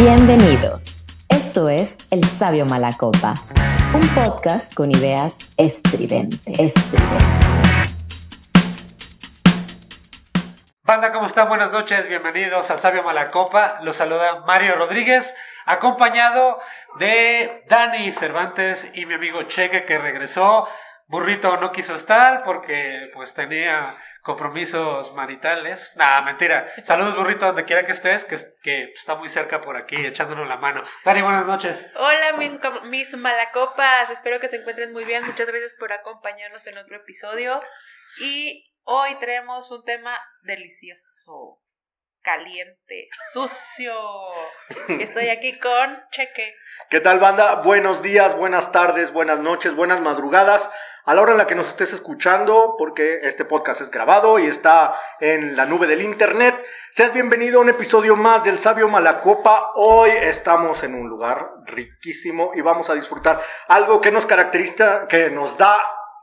Bienvenidos. Esto es El Sabio Malacopa, un podcast con ideas estridentes. Banda, ¿cómo están? Buenas noches, bienvenidos al Sabio Malacopa. Los saluda Mario Rodríguez, acompañado de Dani Cervantes y mi amigo Cheque, que regresó. Burrito no quiso estar porque pues tenía compromisos maritales. Nah, mentira. Saludos, Burrito, donde quiera que estés, que está muy cerca por aquí, echándonos la mano. Dani, buenas noches. Hola, mis malacopas. Espero que se encuentren muy bien. Muchas gracias por acompañarnos en otro episodio. Y hoy traemos un tema delicioso, caliente, sucio. Estoy aquí con Cheque. ¿Qué tal, banda? Buenos días, buenas tardes, buenas noches, buenas madrugadas. A la hora en la que nos estés escuchando, porque este podcast es grabado y está en la nube del internet, seas bienvenido a un episodio más del Sabio Malacopa. Hoy estamos en un lugar riquísimo y vamos a disfrutar algo que nos caracteriza, que nos da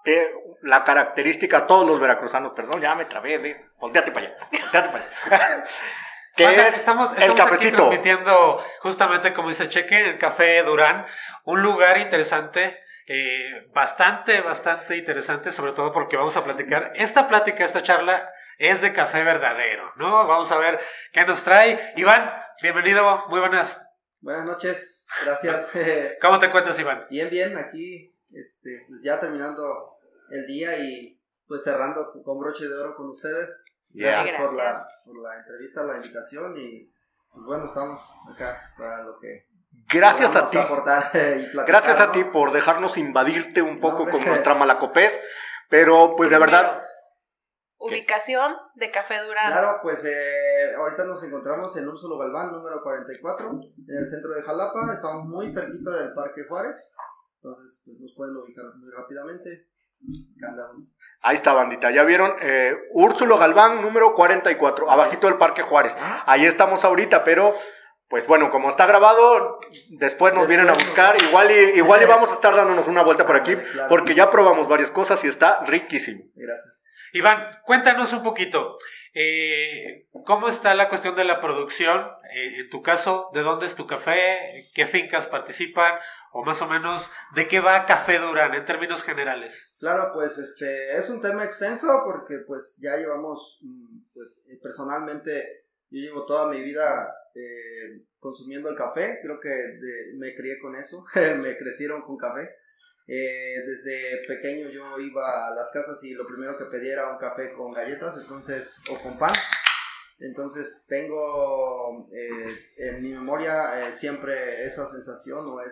la característica a todos los veracruzanos. Perdón, ya me trabé, volteate para allá. Estamos el cafecito. Aquí transmitiendo justamente, como dice Cheque, el Café Durán, un lugar interesante, bastante interesante, sobre todo porque vamos a platicar. Esta charla es de café verdadero, ¿no? Vamos a ver qué nos trae. Iván, bienvenido, muy buenas. Buenas noches, gracias. ¿Cómo te encuentras, Iván? Bien, aquí, pues ya terminando el día y pues cerrando con broche de oro con ustedes. Gracias. Por la entrevista, la invitación y pues bueno, estamos acá para lo que gracias a ti. Aportar y platicar, gracias a ¿no? ti por dejarnos invadirte un poco con nuestra malacopés, pero pues de verdad. Ubicación de Café Durán. Claro, pues ahorita nos encontramos en Úrsulo Galván, número 44, en el centro de Jalapa. Estamos muy cerquita del Parque Juárez, entonces pues nos pueden ubicar muy rápidamente. Acá andamos. Ahí está, bandita, ya vieron, Úrsulo Galván, número 44, así abajito del Parque Juárez. Ahí estamos ahorita, pero pues bueno, como está grabado, después vienen a buscar, igual y vamos a estar dándonos una vuelta por aquí, claro, porque ya probamos varias cosas y está riquísimo. Gracias. Iván, cuéntanos un poquito, ¿cómo está la cuestión de la producción? En tu caso, ¿de dónde es tu café? ¿Qué fincas participan? O más o menos, ¿de qué va Café Durán en términos generales? Claro, pues es un tema extenso porque pues ya llevamos, pues personalmente yo llevo toda mi vida consumiendo el café. Creo que me crié con eso, me crecieron con café. Desde pequeño yo iba a las casas y lo primero que pedía era un café con galletas, o con pan. Entonces tengo en mi memoria siempre esa sensación o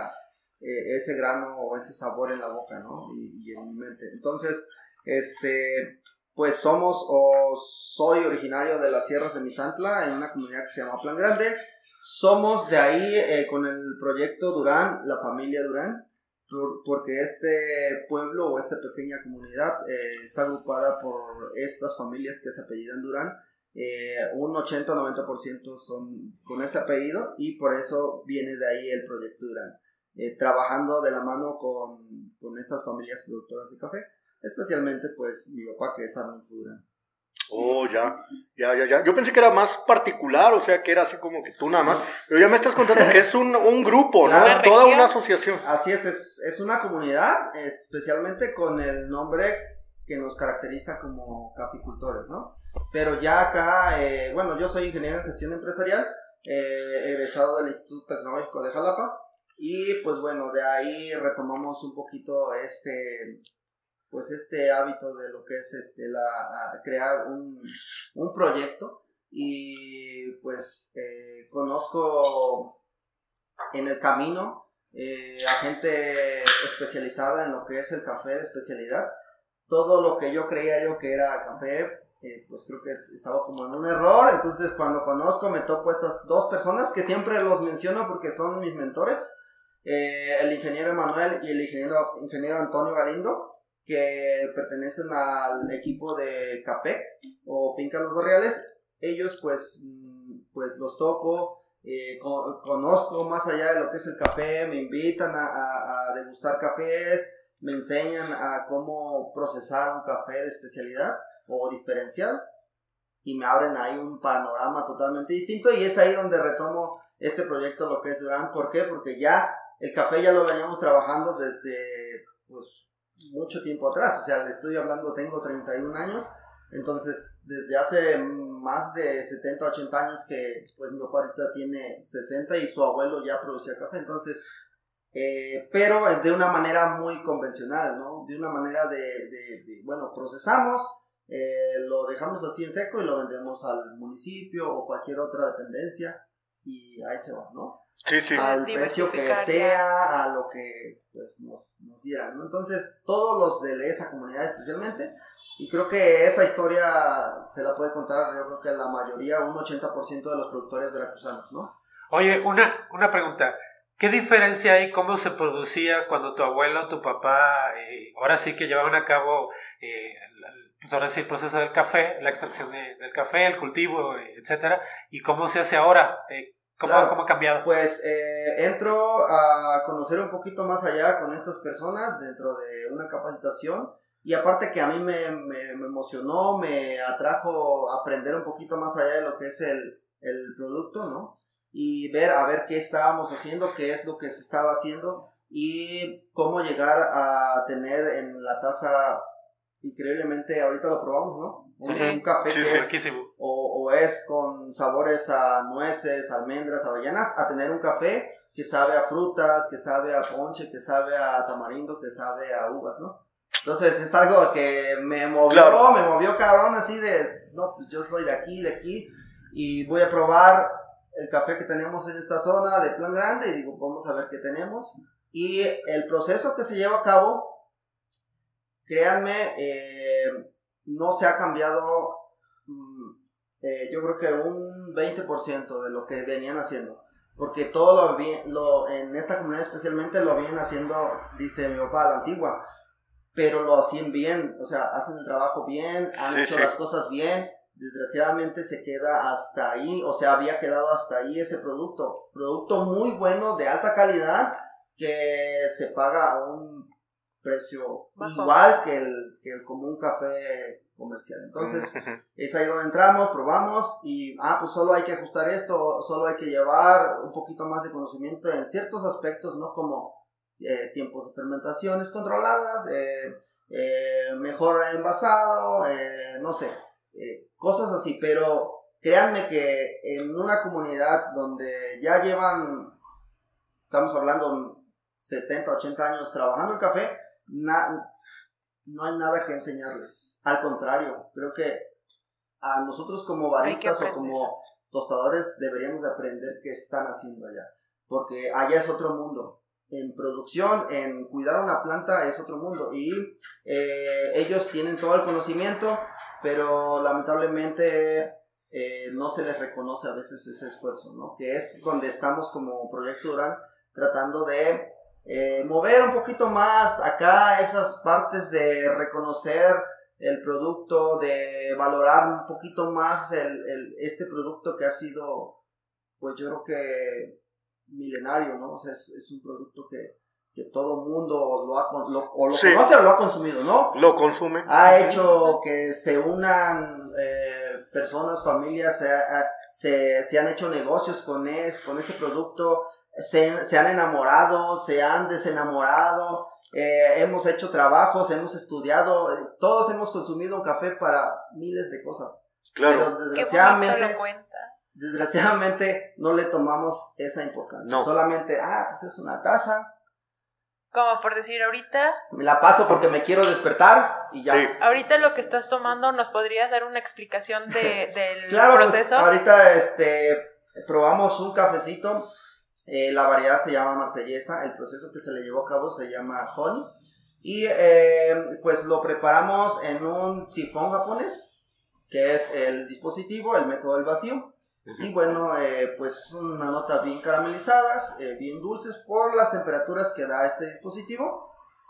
ese grano o ese sabor en la boca, ¿no? Y en mi mente. Entonces, pues soy originario de las sierras de Misantla, en una comunidad que se llama Plan Grande. Somos de ahí con el proyecto Durán, la familia Durán, porque este pueblo o esta pequeña comunidad está agrupada por estas familias que se apellidan Durán. Un 80-90% son con ese apellido y por eso viene de ahí el proyecto Durán, trabajando de la mano con estas familias productoras de café, especialmente pues mi papá, que es Arnulfo Durán. Oh, ya. Yo pensé que era más particular, o sea, que era así como que tú nada más, pero ya me estás contando que es un grupo, ¿no? Es toda una asociación. Así es una comunidad, especialmente con el nombre que nos caracteriza como caficultores, ¿no? Pero ya acá, yo soy ingeniero en gestión empresarial, egresado del Instituto Tecnológico de Jalapa, y pues bueno, de ahí retomamos un poquito este hábito de lo que es crear un proyecto, y pues conozco en el camino a gente especializada en lo que es el café de especialidad. Todo lo que yo creía que era café, pues creo que estaba como en un error. Entonces cuando conozco me topo estas dos personas que siempre los menciono porque son mis mentores, el ingeniero Emanuel y el ingeniero Antonio Galindo, que pertenecen al equipo de CAPEC o Finca Los Barriales. Ellos pues los topo, conozco más allá de lo que es el café, me invitan a degustar cafés, me enseñan a cómo procesar un café de especialidad o diferencial, y me abren ahí un panorama totalmente distinto, y es ahí donde retomo este proyecto, lo que es Durán. ¿Por qué? Porque ya el café ya lo veníamos trabajando desde pues mucho tiempo atrás. O sea, le estoy hablando, tengo 31 años. Entonces, desde hace más de 70, 80 años que pues mi papá ahorita tiene 60 y su abuelo ya producía café. Entonces, pero de una manera muy convencional, ¿no? De una manera bueno, procesamos, lo dejamos así en seco y lo vendemos al municipio o cualquier otra dependencia y ahí se va, ¿no? Sí, sí. Al precio que sea, a lo que pues nos dieran, ¿no? Entonces, todos los de esa comunidad especialmente, y creo que esa historia se la puede contar, yo creo que la mayoría, un 80% de los productores veracruzanos, ¿no? Oye, una pregunta. ¿Qué diferencia hay cómo se producía cuando tu abuelo, tu papá, ahora sí que llevaban a cabo pues ahora sí el proceso del café, la extracción del café, el cultivo, etcétera, y cómo se hace ahora? ¿Cómo ha cambiado? Pues entro a conocer un poquito más allá con estas personas dentro de una capacitación, y aparte que a mí me emocionó, me atrajo aprender un poquito más allá de lo que es el producto, ¿no? Y a ver qué estábamos haciendo, qué es lo que se estaba haciendo y cómo llegar a tener en la taza, increíblemente, ahorita lo probamos, ¿no? Un café que es o es con sabores a nueces, almendras, avellanas, a tener un café que sabe a frutas, que sabe a ponche, que sabe a tamarindo, que sabe a uvas, ¿no? Entonces es algo que me movió cabrón, así de, no, pues yo soy de aquí, y voy a probar el café que tenemos en esta zona de Plan Grande, y digo, vamos a ver qué tenemos. Y el proceso que se lleva a cabo, créanme, no se ha cambiado, yo creo que un 20% de lo que venían haciendo. Porque todo en esta comunidad especialmente lo vienen haciendo, dice mi papá, a la antigua. Pero lo hacían bien, o sea, hacen el trabajo bien, han hecho las cosas bien. Desgraciadamente se queda hasta ahí, o sea, había quedado hasta ahí ese producto muy bueno, de alta calidad, que se paga a un precio igual que el común café comercial. Entonces, es ahí donde entramos, probamos y, pues solo hay que ajustar esto, solo hay que llevar un poquito más de conocimiento en ciertos aspectos, ¿no? Como tiempos de fermentaciones controladas, mejor envasado, no sé, cosas así. Pero créanme que en una comunidad donde ya estamos hablando 70, 80 años trabajando el café, no hay nada que enseñarles. Al contrario, creo que a nosotros como baristas o como tostadores deberíamos de aprender qué están haciendo allá, porque allá es otro mundo. En producción, en cuidar una planta es otro mundo, y ellos tienen todo el conocimiento, pero lamentablemente no se les reconoce a veces ese esfuerzo, ¿no? Que es donde estamos como Proyecto Durán, tratando de mover un poquito más acá esas partes de reconocer el producto, de valorar un poquito más este producto que ha sido, pues yo creo que milenario, ¿no? O sea, es un producto que todo mundo lo conoce o lo ha consumido, ¿no? Lo consume. Ha hecho que se unan personas, familias, se han hecho negocios con este producto, se han enamorado, se han desenamorado, hemos hecho trabajos, hemos estudiado, todos hemos consumido un café para miles de cosas. Claro. Pero desgraciadamente no le tomamos esa importancia. No. Solamente, pues es una taza. Como por decir, ahorita me la paso porque me quiero despertar y ya. Sí. Ahorita lo que estás tomando, ¿nos podrías dar una explicación del claro, proceso? Pues ahorita probamos un cafecito. La variedad se llama marsellesa. El proceso que se le llevó a cabo se llama honey. Y pues lo preparamos en un sifón japonés, que es el dispositivo, el método del vacío. Y bueno, pues una nota bien caramelizadas, bien dulces por las temperaturas que da este dispositivo.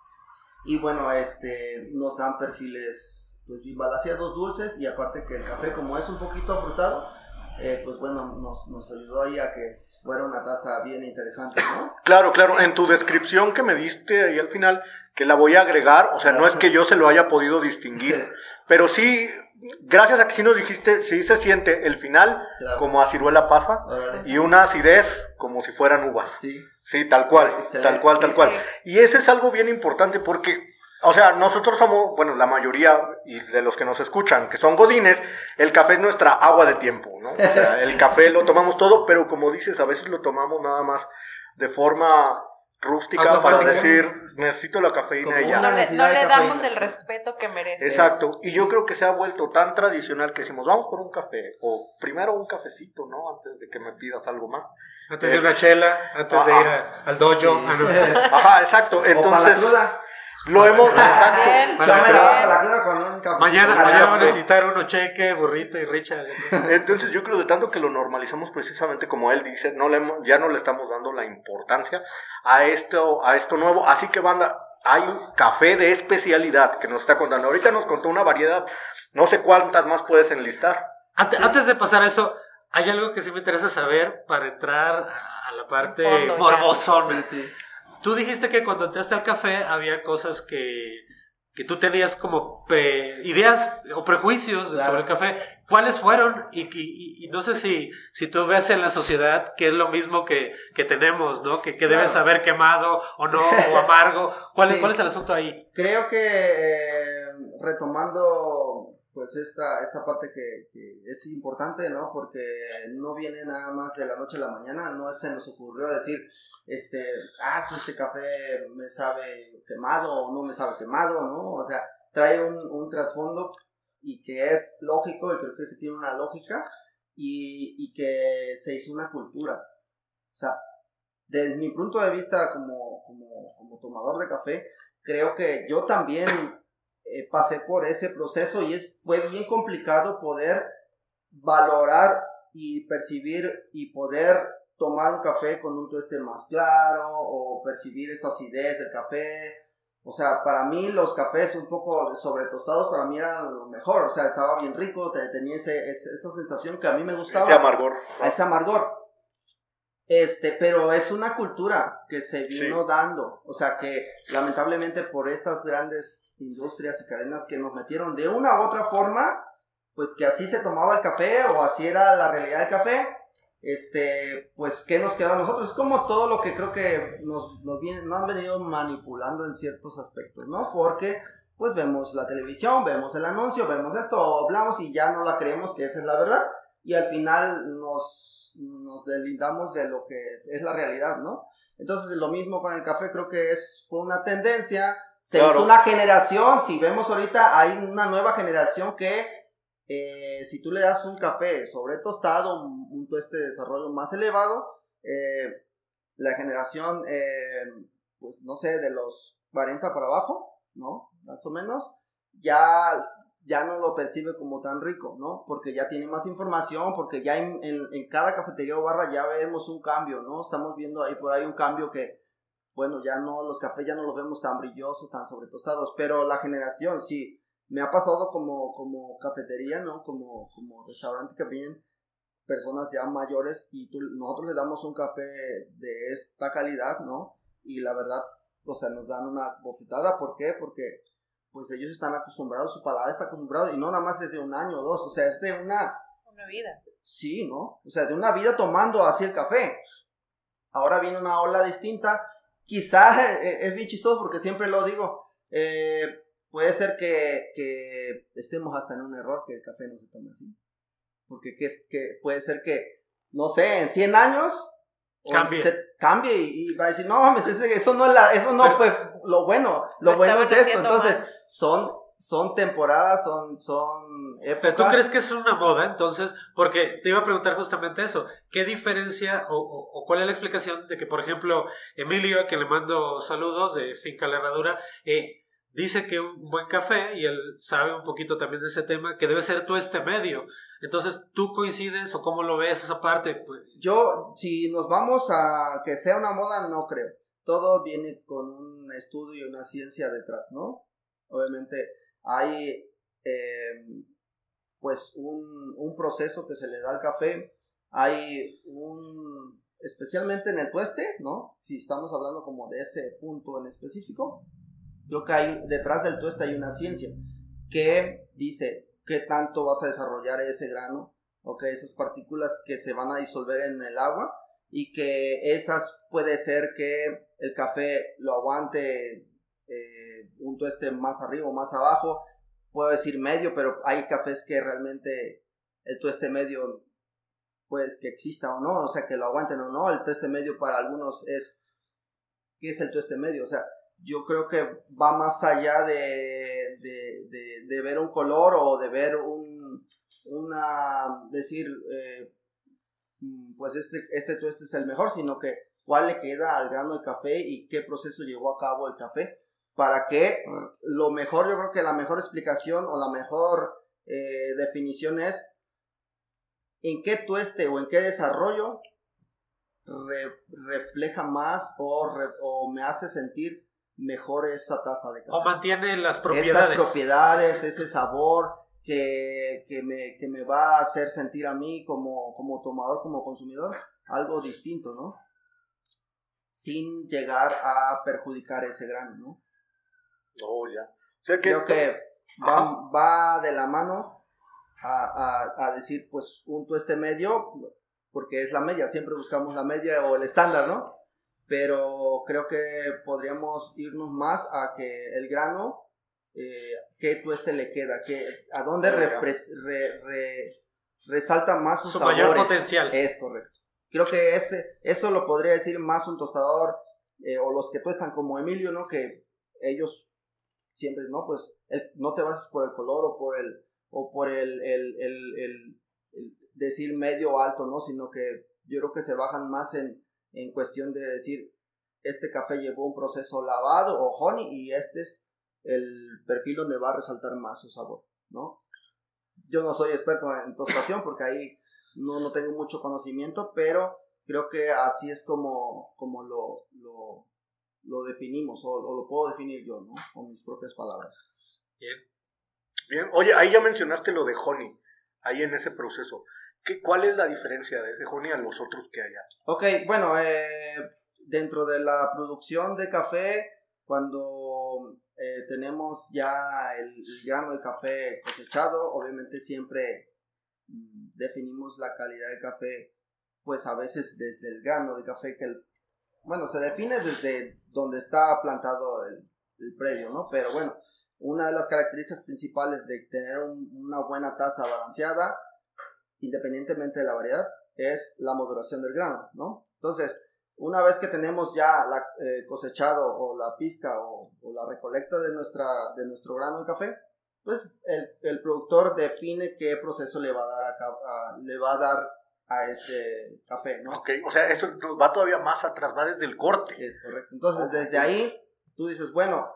Y bueno, nos dan perfiles pues bien balanceados, dulces, y aparte que el café, como es un poquito afrutado, pues bueno, nos ayudó ahí a que fuera una taza bien interesante, ¿no? Claro, en tu descripción que me diste ahí al final, que la voy a agregar, o sea, no es que yo se lo haya podido distinguir, pero sí gracias a que sí nos dijiste, sí se siente el final Claro. como a ciruela pasa Órale. y una acidez como si fueran uvas. Sí. Sí, tal cual, Excelente. tal cual, tal Sí, cual. sí. Y ese es algo bien importante porque, o sea, nosotros somos, bueno, la mayoría y de los que nos escuchan, que son godines, el café es nuestra agua de tiempo, ¿no? O sea, el café lo tomamos todo, pero como dices, a veces lo tomamos nada más de forma rústica para Automática. decir, necesito la cafeína Como y ya. una No necesidad le de damos cafeína, el sí. respeto que merece. Exacto, y yo creo que se ha vuelto tan tradicional que decimos, vamos por un café, o primero un cafecito, ¿no? Antes de que me pidas algo más. Antes de una chela, antes de ir al dojo. Sí. Ah, no. Ajá, exacto, O para la entonces cruda. lo hemos... Exacto. Bien, Para Chame la la cruda. baja la cruda con un café. Mañana Con van a café. necesitar uno Cheque, Burrito y Richard. Entonces yo creo de tanto que lo normalizamos precisamente como él dice, ya no le estamos dando la importancia a esto nuevo. Así que banda, hay un café de especialidad que nos está contando. Ahorita nos contó una variedad, no sé cuántas más puedes enlistar. Antes de pasar a eso, hay algo que sí me interesa saber para entrar a la parte Fondo, ya. morbosona. Sí, sí. Tú dijiste que cuando entraste al café había cosas que tú tenías como ideas o prejuicios Claro. sobre el café. ¿Cuáles fueron? Y no sé si tú ves en la sociedad que es lo mismo que tenemos, ¿no? Que debes Claro. saber quemado o no, o amargo. ¿Cuál Sí. es el asunto ahí? Creo que retomando pues esta parte que es importante, ¿no? Porque no viene nada más de la noche a la mañana, no se nos ocurrió decir, este café me sabe quemado o no me sabe quemado, ¿no? O sea, trae un trasfondo y que es lógico y creo que tiene una lógica y que se hizo una cultura. O sea, desde mi punto de vista como tomador de café, creo que yo también pasé por ese proceso y fue bien complicado poder valorar y percibir y poder tomar un café con un tueste más claro o percibir esa acidez del café. O sea, para mí los cafés un poco sobretostados para mí eran lo mejor. O sea, estaba bien rico, tenía esa sensación que a mí me gustaba. Ese amargor. A ese amargor. Pero es una cultura que se vino dando, o sea que lamentablemente por estas grandes industrias y cadenas que nos metieron de una u otra forma, pues que así se tomaba el café o así era la realidad del café, pues ¿qué nos queda a nosotros? Es como todo lo que creo que nos han venido manipulando en ciertos aspectos, ¿no? Porque pues vemos la televisión, vemos el anuncio, vemos esto, hablamos y ya no la creemos que esa es la verdad y al final nos deslindamos de lo que es la realidad, ¿no? Entonces lo mismo con el café, creo que fue una tendencia, se hizo una generación, si vemos ahorita hay una nueva generación que si tú le das un café sobre tostado, un tueste de desarrollo más elevado, la generación, pues no sé, de los 40 para abajo, ¿no? Más o menos, ya no lo percibe como tan rico, ¿no? Porque ya tiene más información, porque ya en cada cafetería o barra ya vemos un cambio, ¿no? Estamos viendo ahí por ahí un cambio que, bueno, ya no, los cafés ya no los vemos tan brillosos, tan sobretostados, pero la generación, sí, me ha pasado como cafetería, ¿no? Como restaurante que vienen personas ya mayores y nosotros les damos un café de esta calidad, ¿no? Y la verdad, o sea, nos dan una bofetada, ¿por qué? Porque pues ellos están acostumbrados, su paladar está acostumbrado, y no nada más es de un año o dos, o sea, es de una vida. Sí, ¿no? O sea, de una vida tomando así el café. Ahora viene una ola distinta, quizás es bien chistoso porque siempre lo digo, puede ser que estemos hasta en un error que el café no se tome así, porque que puede ser que, no sé, en 100 años cambie y va a decir, no mames, eso no fue lo bueno, lo bueno es esto. Entonces son temporadas, son épocas. ¿Pero tú crees que es una moda entonces? Porque te iba a preguntar justamente eso, ¿qué diferencia o cuál es la explicación de que, por ejemplo, Emilio, a quien le mando saludos de Finca La Herradura, dice que un buen café, y él sabe un poquito también de ese tema, que debe ser tueste medio? Entonces, ¿tú coincides o cómo lo ves esa parte? Yo, si nos vamos a que sea una moda, no creo. Todo viene con un estudio y una ciencia detrás, ¿no? Obviamente hay pues un proceso que se le da al café, hay especialmente en el tueste, ¿no? Si estamos hablando como de ese punto en específico, creo que detrás del tueste hay una ciencia que dice qué tanto vas a desarrollar ese grano, o que esas partículas que se van a disolver en el agua, y que esas puede ser que el café lo aguante un tueste más arriba o más abajo. Puedo decir medio, pero hay cafés que realmente el tueste medio, pues que exista o no, o sea, que lo aguanten o no. El tueste medio para algunos es, ¿qué es el tueste medio? O sea, yo creo que va más allá de ver un color o de ver decir, pues este tueste es el mejor, sino que cuál le queda al grano de café y qué proceso llevó a cabo el café, para que lo mejor, yo creo que la mejor explicación o la mejor definición es en qué tueste o en qué desarrollo refleja más o me hace sentir mejor esa taza de café. O mantiene las propiedades. Esas propiedades, ese sabor que me va a hacer sentir a mí como tomador, como consumidor, algo distinto, ¿no? Sin llegar a perjudicar ese grano, ¿no? Oh, ya. O sea que creo que va de la mano a decir, pues, un tueste medio, porque es la media, siempre buscamos la media o el estándar, ¿no? Pero creo que podríamos irnos más a que el grano, qué tueste le queda, a dónde resalta más sus sabores. Mayor potencial. Es correcto. Creo que eso lo podría decir más un tostador, o los que tuestan como Emilio, ¿no? Que ellos siempre, ¿no? Pues no te bases por el color o por el decir medio o alto, ¿no? Sino que yo creo que se bajan más en cuestión de decir, este café llevó un proceso lavado o honey y este es el perfil donde va a resaltar más su sabor, ¿no? Yo no soy experto en tostación porque ahí no tengo mucho conocimiento, pero creo que así es como lo definimos, o lo puedo definir yo, ¿no? Con mis propias palabras. Bien. Oye, ahí ya mencionaste lo de honey, ahí en ese proceso. ¿Cuál es la diferencia de ese honey a los otros que hay? Ok, bueno, dentro de la producción de café, cuando tenemos ya el grano de café cosechado, obviamente siempre definimos la calidad del café, pues a veces desde el grano de café se define desde donde está plantado el predio, ¿no? Pero bueno, una de las características principales de tener una buena taza balanceada, independientemente de la variedad, es la maduración del grano, ¿no? Entonces, una vez que tenemos ya cosechado o la pizca o la recolecta de nuestro grano de café, pues el productor define qué proceso le va a dar a este café, ¿no? Ok, o sea, eso va todavía más atrás, va desde el corte. Es correcto. Entonces, desde ahí, tú dices, bueno,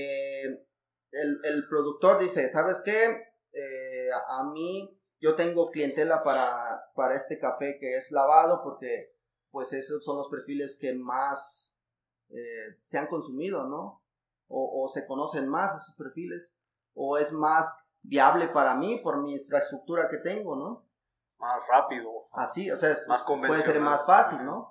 el productor dice, ¿sabes qué? A mí, yo tengo clientela para este café que es lavado, porque pues esos son los perfiles que más se han consumido, ¿no? O se conocen más esos perfiles, o es más viable para mí por mi infraestructura que tengo, ¿no? Más rápido. Así, o sea, puede ser más fácil, ¿no?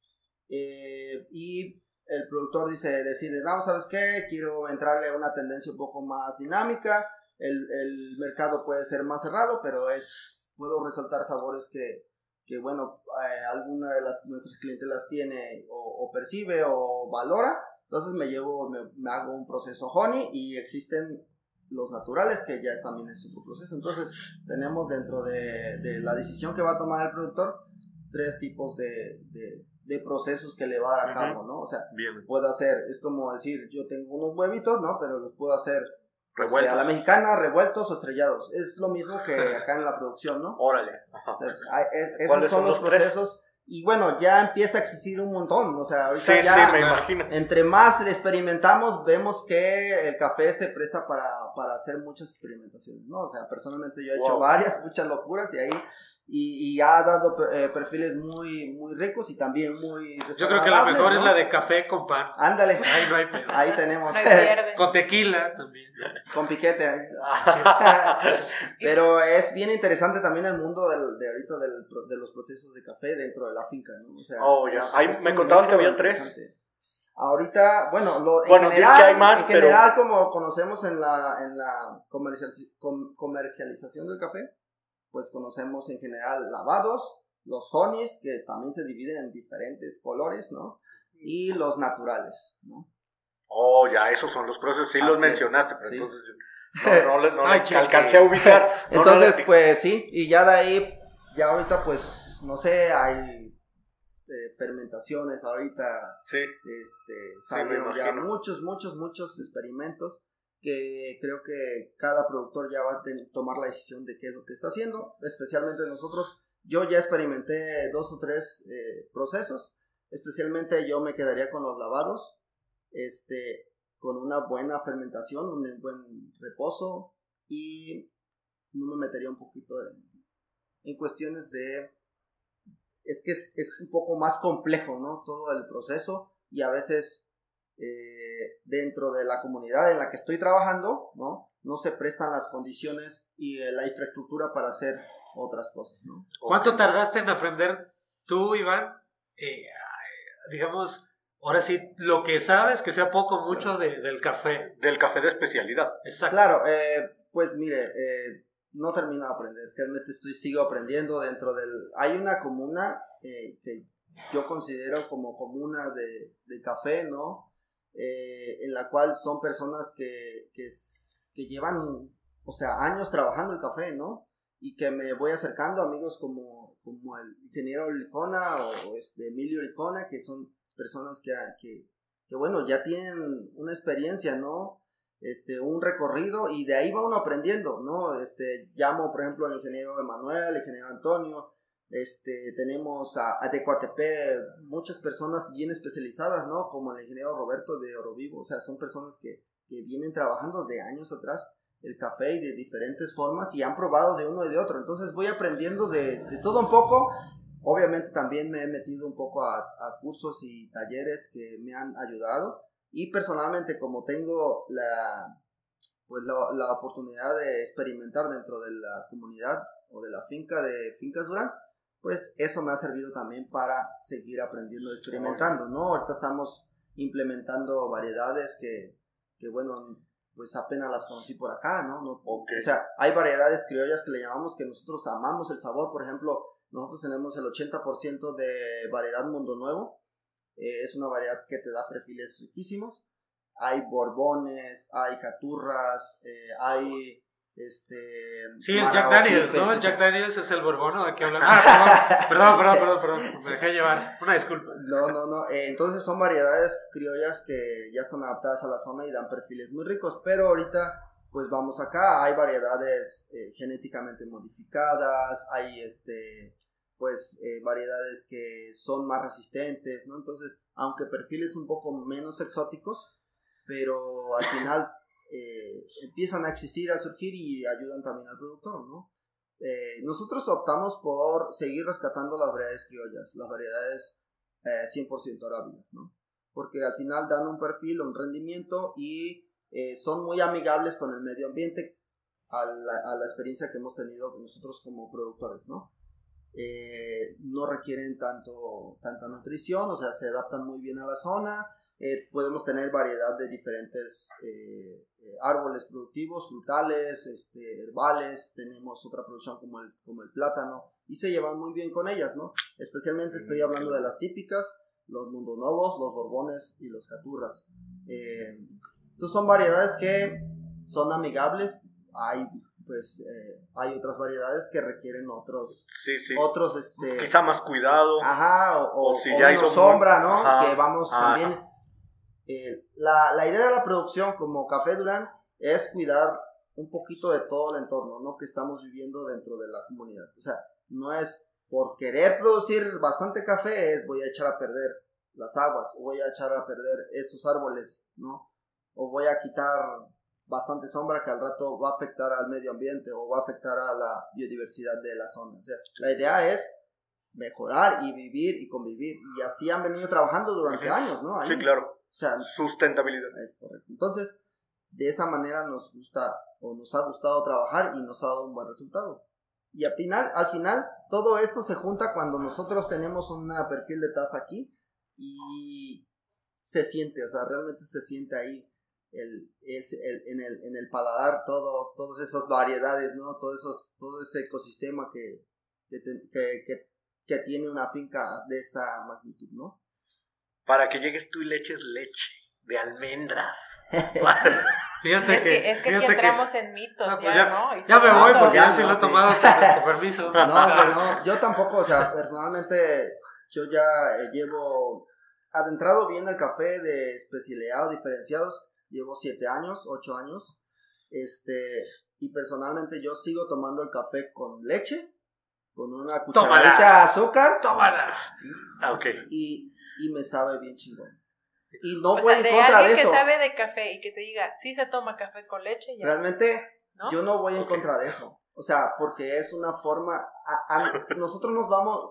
Y el productor decide, no, ¿sabes qué? Quiero entrarle a una tendencia un poco más dinámica. El mercado puede ser más cerrado, pero puedo resaltar sabores que bueno, alguna de nuestras clientelas tiene o percibe o valora. Entonces me hago un proceso honey, y existen los naturales, que ya también es otro proceso. Entonces tenemos dentro de la decisión que va a tomar el productor 3 tipos de procesos que le va a dar a cabo, ¿no? O sea, puedo hacer, es como decir, yo tengo unos huevitos, ¿no? Pero los puedo hacer a la mexicana, revueltos o estrellados. Es lo mismo que acá en la producción, ¿no? Órale. Entonces, esos son los procesos. Y bueno, ya empieza a existir un montón, o sea, ahorita sí, me imagino. Entre más experimentamos, vemos que el café se presta para hacer muchas experimentaciones, ¿no? O sea, personalmente yo he hecho muchas locuras, y ha dado perfiles muy, muy ricos y también muy desagradables. Yo creo que la mejor, ¿no? Es la de café con pan. Ándale. Ahí no hay pedo. Ahí tenemos. No hay con tequila también. Con piquete. Pero es bien interesante también el mundo de ahorita de los procesos de café dentro de la finca, ¿no? O sea, ahí me contabas que había 3. Ahorita, bueno, en Bueno, dices que hay más, en general como conocemos en la comercialización del café, pues conocemos en general lavados, los honeys, que también se dividen en diferentes colores, ¿no? Y los naturales, ¿no? Oh, ya, esos son los procesos, sí Así los es, mencionaste, pero sí. entonces no Ay, les cheque. alcancé a ubicar. Entonces, pues sí, y ya de ahí, ya ahorita pues, no sé, hay fermentaciones ahorita, Sí, salieron me ya imagino. muchos experimentos que creo que cada productor ya va a tomar la decisión de qué es lo que está haciendo, especialmente nosotros. Yo ya experimenté 2 o 3 procesos, especialmente yo me quedaría con los lavados, con una buena fermentación, un buen reposo, y no me metería un poquito en cuestiones de... Es que es un poco más complejo, ¿no? Todo el proceso, y a veces dentro de la comunidad en la que estoy trabajando, no se prestan las condiciones y la infraestructura para hacer otras cosas, ¿no? ¿Cuánto tardaste en aprender tú, Iván? Digamos, ahora sí, lo que sabes, que sea poco o mucho del café. Del café de especialidad. Exacto. Claro, pues mire, no termino de aprender, realmente sigo aprendiendo dentro del... Hay una comuna que yo considero como comuna de café, ¿no? En la cual son personas que llevan, o sea, años trabajando el café, ¿no? Y que me voy acercando, amigos como el ingeniero Licona o Emilio Licona, que son personas que bueno, ya tienen una experiencia, ¿no? Un recorrido, y de ahí va uno aprendiendo, ¿no? Llamo, por ejemplo, al ingeniero Emanuel, al ingeniero Antonio, tenemos a Tecuatepec, muchas personas bien especializadas, ¿no? Como el ingeniero Roberto de Orovivo, o sea, son personas que vienen trabajando de años atrás el café y de diferentes formas y han probado de uno y de otro, entonces voy aprendiendo de todo un poco. Obviamente también me he metido un poco a cursos y talleres que me han ayudado, y personalmente como tengo la oportunidad de experimentar dentro de la comunidad o de la finca de Fincas Durán, pues eso me ha servido también para seguir aprendiendo y experimentando, ¿no? Ahorita estamos implementando variedades que bueno, pues apenas las conocí por acá, ¿no? Okay. O sea, hay variedades criollas que le llamamos, que nosotros amamos el sabor. Por ejemplo, nosotros tenemos el 80% de variedad Mundo Nuevo. Es una variedad que te da perfiles riquísimos. Hay borbones, hay caturras, hay Sí, el Jack Daniels, ¿no? El Jack Daniels es el borbón, ¿no? ¿De qué hablamos? Perdón, me dejé llevar. Una disculpa. No. Entonces son variedades criollas que ya están adaptadas a la zona y dan perfiles muy ricos. Pero ahorita, pues vamos acá, hay variedades genéticamente modificadas, hay variedades que son más resistentes, ¿no? Entonces, aunque perfiles un poco menos exóticos, pero al final empiezan a existir, a surgir y ayudan también al productor, ¿no? Nosotros optamos por seguir rescatando las variedades criollas, las variedades 100% arábigas, ¿no? Porque al final dan un perfil, un rendimiento, y son muy amigables con el medio ambiente a la experiencia que hemos tenido nosotros como productores, ¿no? No requieren tanta nutrición, o sea, se adaptan muy bien a la zona. Podemos tener variedad de diferentes árboles productivos, frutales, herbales. Tenemos otra producción como el plátano, y se llevan muy bien con ellas, ¿no? Especialmente estoy hablando de las típicas, los Mundo Nuevos, los borbones y los caturras. Entonces son variedades que son amigables. Hay otras variedades que requieren otros quizá más cuidado, o si ya menos sombra, ¿no? Ajá. Que vamos también. La idea de la producción como Café Durán es cuidar un poquito de todo el entorno, ¿no? Que estamos viviendo dentro de la comunidad. O sea, no es por querer producir bastante café, voy a echar a perder las aguas, o voy a echar a perder estos árboles, ¿no? O voy a quitar bastante sombra que al rato va a afectar al medio ambiente o va a afectar a la biodiversidad de la zona. O sea, la idea es mejorar y vivir y convivir, y así han venido trabajando durante años, ¿no? Sí, claro. O sea, sustentabilidad. Es correcto. Entonces, de esa manera nos ha gustado trabajar y nos ha dado un buen resultado. Y al final, todo esto se junta cuando nosotros tenemos un perfil de taza aquí y se siente, o sea, realmente se siente ahí en el paladar todas esas variedades, ¿no? Todo ese ecosistema que tiene una finca de esa magnitud, ¿no? Para que llegues tú y le eches leche de almendras. Fíjate que aquí entramos en mitos, pues ya, ¿no? Y ya me voy porque ya yo sí no, lo he sí. tomado con permiso. No, yo tampoco, o sea, personalmente yo ya llevo adentrado bien el café de especialidad o diferenciados, llevo 7 años, 8 años, y personalmente yo sigo tomando el café con leche, con una cucharadita de azúcar, Tómala. Ok. y me sabe bien chingón. Y no O voy sea, en contra de alguien eso. que sabe de café y que te diga, sí se toma café con leche, ya, Realmente ¿no? yo no voy en Ok. contra de eso. O sea, porque es una forma... nosotros nos vamos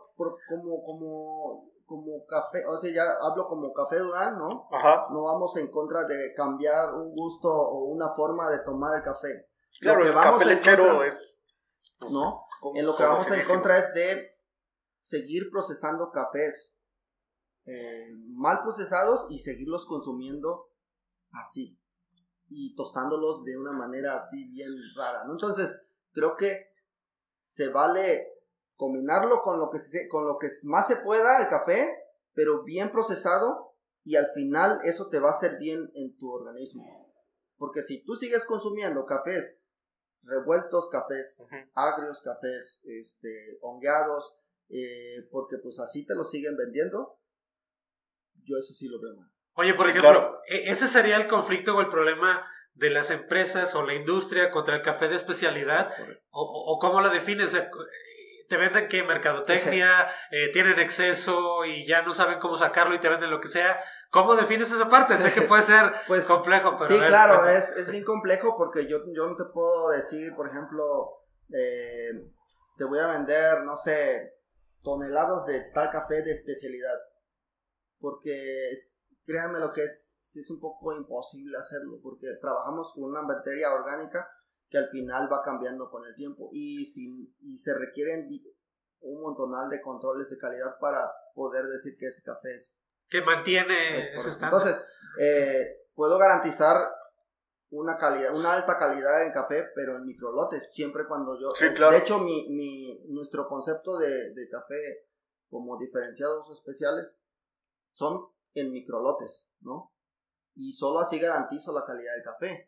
como café, o sea, ya hablo como Café Durán, ¿no? Ajá. No vamos en contra de cambiar un gusto o una forma de tomar el café. Claro, Lo que el vamos café en lechero contra, es... ¿no? En lo que vamos en contra es de seguir procesando cafés mal procesados y seguirlos consumiendo así y tostándolos de una manera así bien rara, ¿no? Entonces creo que se vale combinarlo con lo que más se pueda el café, pero bien procesado, y al final eso te va a hacer bien en tu organismo, porque si tú sigues consumiendo cafés revueltos, cafés agrios, cafés hongueados, porque pues así te lo siguen vendiendo, yo eso sí lo veo mal. Oye, por Sí, ejemplo, claro. ese sería el conflicto o el problema de las empresas o la industria contra el café de especialidad, o cómo lo defines. O sea, te venden que mercadotecnia, tienen exceso y ya no saben cómo sacarlo y te venden lo que sea. ¿Cómo defines esa parte? Sé que puede ser pues, complejo, pero sí, a ver, claro, cuéntame. es bien complejo, porque yo no te puedo decir, por ejemplo, te voy a vender, no sé, toneladas de tal café de especialidad, porque créanme lo que es un poco imposible hacerlo, porque trabajamos con una materia orgánica que al final va cambiando con el tiempo, y se requieren un montonal de controles de calidad para poder decir que ese café Que mantiene es ese correcto. estándar. Entonces, puedo garantizar una alta calidad en café, pero en microlotes, siempre cuando yo... Sí, claro. De hecho, nuestro concepto de café como diferenciados o especiales son en microlotes, ¿no? Y solo así garantizo la calidad del café.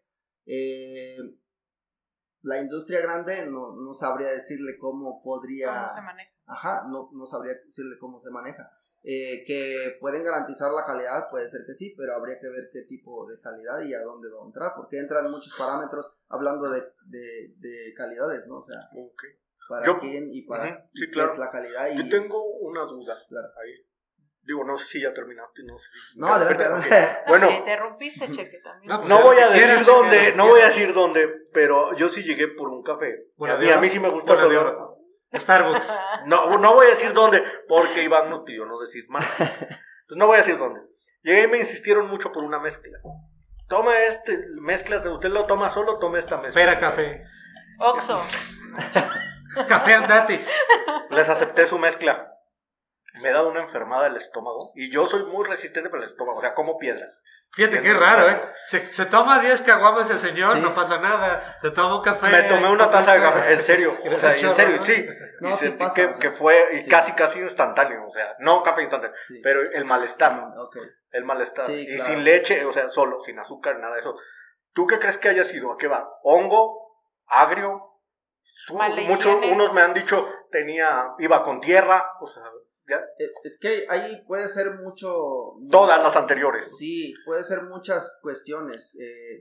La industria grande no sabría decirle cómo podría... ¿Cómo se maneja? Ajá, no sabría decirle cómo se maneja. Que pueden garantizar la calidad, puede ser que sí, pero habría que ver qué tipo de calidad y a dónde va a entrar, porque entran muchos parámetros hablando de calidades, ¿no? O sea, para quién y para Sí, qué claro. es la calidad. Yo tengo una duda. Claro. Ahí. Digo, no sé si ya terminaste, no sé si... No, adelante. Ok. Bueno, Me interrumpiste, Cheque, también. No, pues, no lo voy que a decir quieras, dónde, cheque, no voy a decir dónde, pero yo sí llegué por un café. Bueno, Y a mí sí me gusta Bueno, de solo... oro. Starbucks. No voy a decir dónde, porque Iván nos pidió no decir más. Entonces no voy a decir dónde. Llegué y me insistieron mucho por una mezcla. Toma mezclas de usted lo toma solo, tome esta mezcla. Espera, café. Oxxo. Café andati. Les acepté su mezcla. Me he dado una enfermada del estómago y yo soy muy resistente para el estómago, o sea, como piedra. Fíjate qué raro, ¿eh? Se toma 10 caguamas el señor, Sí. no pasa nada. Se toma un café. Me tomé una taza de café, en serio, o sea, en serio, ¿no? sí. No, y sí sentí pasa, o sea, que fue y sí. casi instantáneo, o sea, no café instantáneo, Sí. pero el malestar, Ok. el malestar. Sí, Y claro. sin leche, o sea, solo, sin azúcar, nada de eso. ¿Tú qué crees que haya sido? ¿A qué va? ¿Hongo? ¿Agrio? Mala higiene. Unos me han dicho, iba con tierra, o sea, ya, Es que ahí puede ser todas las anteriores. Sí, puede ser muchas cuestiones.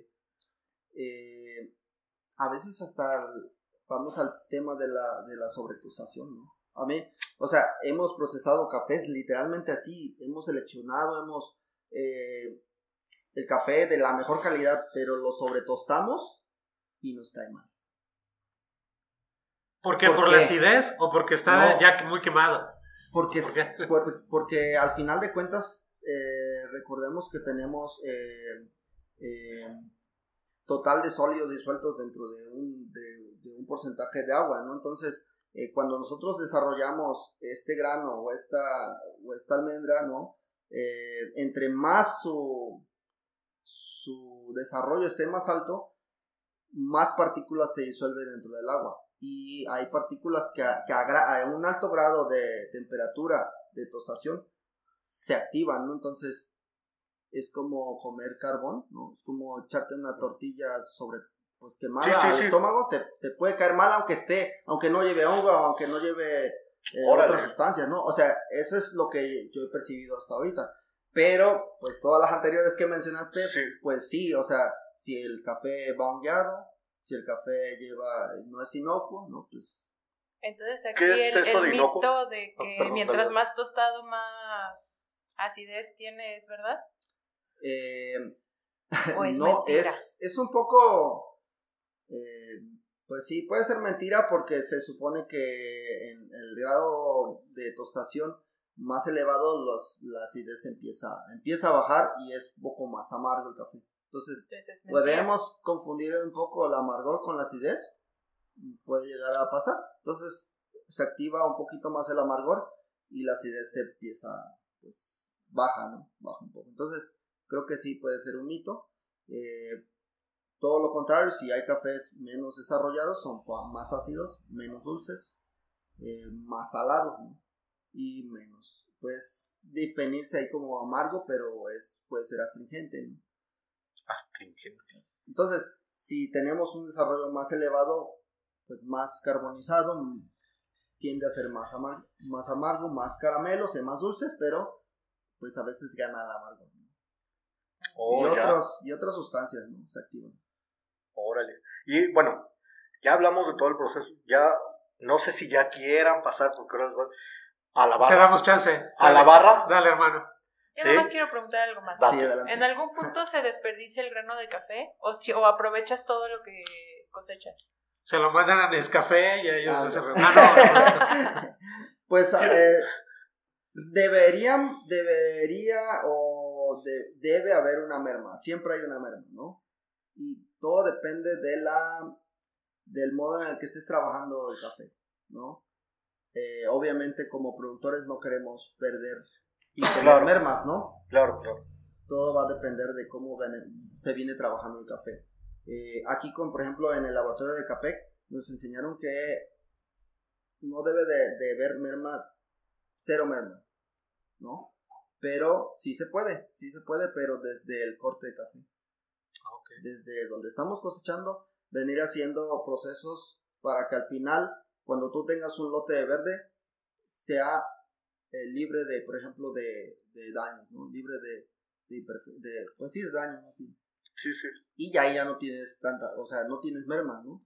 A veces hasta vamos al tema de la sobredosación, ¿no? A mí, o sea, hemos procesado cafés literalmente así, hemos seleccionado, el café de la mejor calidad, pero lo sobretostamos y nos cae mal. ¿Por qué? ¿Por ¿Por qué? la acidez o porque está No. ya muy quemado? Porque, ¿Por qué? porque al final de cuentas, recordemos que tenemos total de sólidos disueltos dentro de un porcentaje de agua, ¿no? Entonces, cuando nosotros desarrollamos este grano o esta almendra, ¿no? Entre más su desarrollo esté más alto, más partículas se disuelven dentro del agua. Y hay partículas que a un alto grado de temperatura de tostación se activan, ¿no? Entonces es como comer carbón, ¿no? Es como echarte una tortilla pues quemada al estómago, te puede caer mal aunque no lleve hongo, aunque no lleve otras sustancias, ¿no? O sea, eso es lo que yo he percibido hasta ahorita. Pero, pues todas las anteriores que mencionaste, pues sí, o sea, si el café va hongueado, si el café no es inocuo, ¿no? Pues... Entonces aquí el mito de que mientras más tostado, más acidez tiene, ¿es verdad? No, es un poco, pues sí, puede ser mentira porque se supone que en el grado de tostación más elevado la acidez empieza a bajar y es un poco más amargo el café. Entonces podemos confundir un poco el amargor con la acidez, puede llegar a pasar. Entonces se activa un poquito más el amargor y la acidez se empieza, pues baja, ¿no? Baja un poco. Entonces creo que sí puede ser un mito. Todo lo contrario, si hay cafés menos desarrollados, son más ácidos, menos dulces, más salados, ¿no? Y menos, pues, definirse ahí como amargo, pero puede ser astringente, ¿no? Astringente. Entonces, si tenemos un desarrollo más elevado, pues más carbonizado, tiende a ser más amargo, más caramelos y más dulces, pero pues a veces gana el amargo, ¿no? Y otras sustancias, ¿no? Se activan. Órale. Y bueno, ya hablamos de todo el proceso. Ya no sé si ya quieran pasar porque ahora a la barra. Te damos chance. ¿A la barra? Dale, hermano. Yo nomás quiero preguntar algo más. Sí, adelante. ¿En algún punto se desperdicia el grano de café? ¿O aprovechas todo lo que cosechas? Se lo mandan a Nescafé y a ellos se no. Pues debe haber una merma. Siempre hay una merma, ¿no? Y todo depende del modo en el que estés trabajando el café, ¿no? Obviamente como productores no queremos perder y tener mermas, ¿no? Claro. Todo va a depender de cómo se viene trabajando el café. Aquí, por ejemplo, en el laboratorio de CAPEC nos enseñaron que no debe de haber cero merma, ¿no? Pero sí se puede, pero desde el corte de café. Okay. Desde donde estamos cosechando, venir haciendo procesos para que al final, cuando tú tengas un lote de verde, sea libre de, por ejemplo, de daños, ¿no? Libre de daños, ¿no? Sí. Y ya no tienes no tienes merma, ¿no?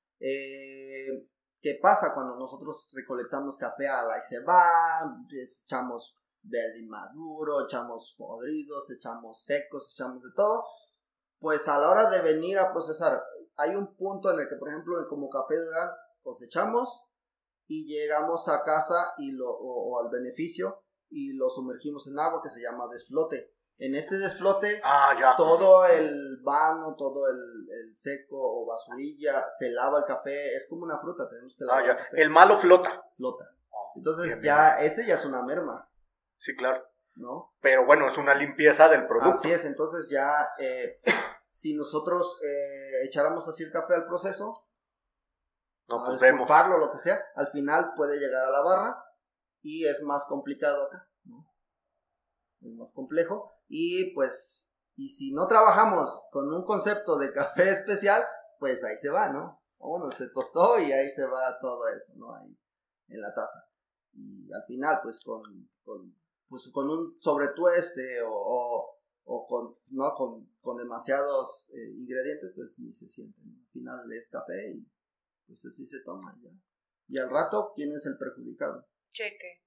¿Qué pasa cuando nosotros recolectamos café a la y se va? Echamos verde inmaduro, echamos podridos, echamos secos, echamos de todo. Pues a la hora de venir a procesar, hay un punto en el que, por ejemplo, como Café Durán, cosechamos y llegamos a casa o al beneficio y lo sumergimos en agua que se llama desflote. En este desflote, todo el vano, todo el seco o basurilla, se lava el café, es como una fruta, tenemos que lavar el café. El malo flota. Entonces ese ya es una merma. Sí, claro. ¿No? Pero bueno, es una limpieza del producto. Así es, entonces ya si nosotros echáramos así el café al proceso, a despulparlo, lo que sea, al final puede llegar a la barra y es más complicado acá, ¿no? Es más complejo y si no trabajamos con un concepto de café especial, pues ahí se va, ¿no? Uno se tostó y ahí se va todo eso, ¿no? Ahí en la taza. Y al final, pues con un sobretueste o con demasiados ingredientes, pues ni se siente, ¿no? Al final es café y pues así se toma ya. Y al rato, ¿quién es el perjudicado? Cheque.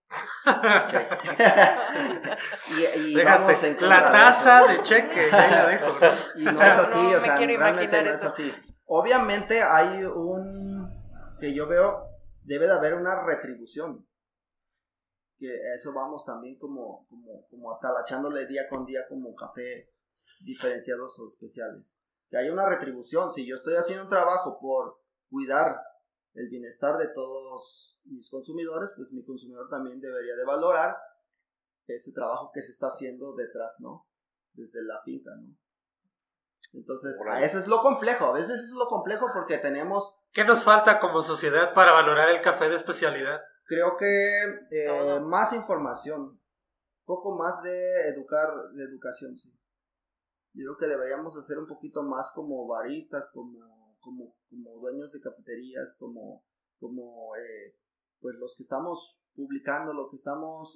y vamos en contra la taza de cheque, ahí la dejo, ¿no? Y no es así, o sea, realmente no es así. Obviamente hay que yo veo, debe de haber una retribución. Que eso vamos también como atalachándole día con día como café diferenciados o especiales. Que hay una retribución. Si yo estoy haciendo un trabajo por cuidar el bienestar de todos mis consumidores, pues mi consumidor también debería de valorar ese trabajo que se está haciendo detrás, ¿no? Desde la finca, ¿no? Entonces, a veces es lo complejo, a veces es lo complejo porque tenemos... ¿Qué nos falta como sociedad para valorar el café de especialidad? Creo que más información, poco más de educación, sí. Yo creo que deberíamos hacer un poquito más como baristas, como dueños de cafeterías, como pues los que estamos publicando, lo que estamos,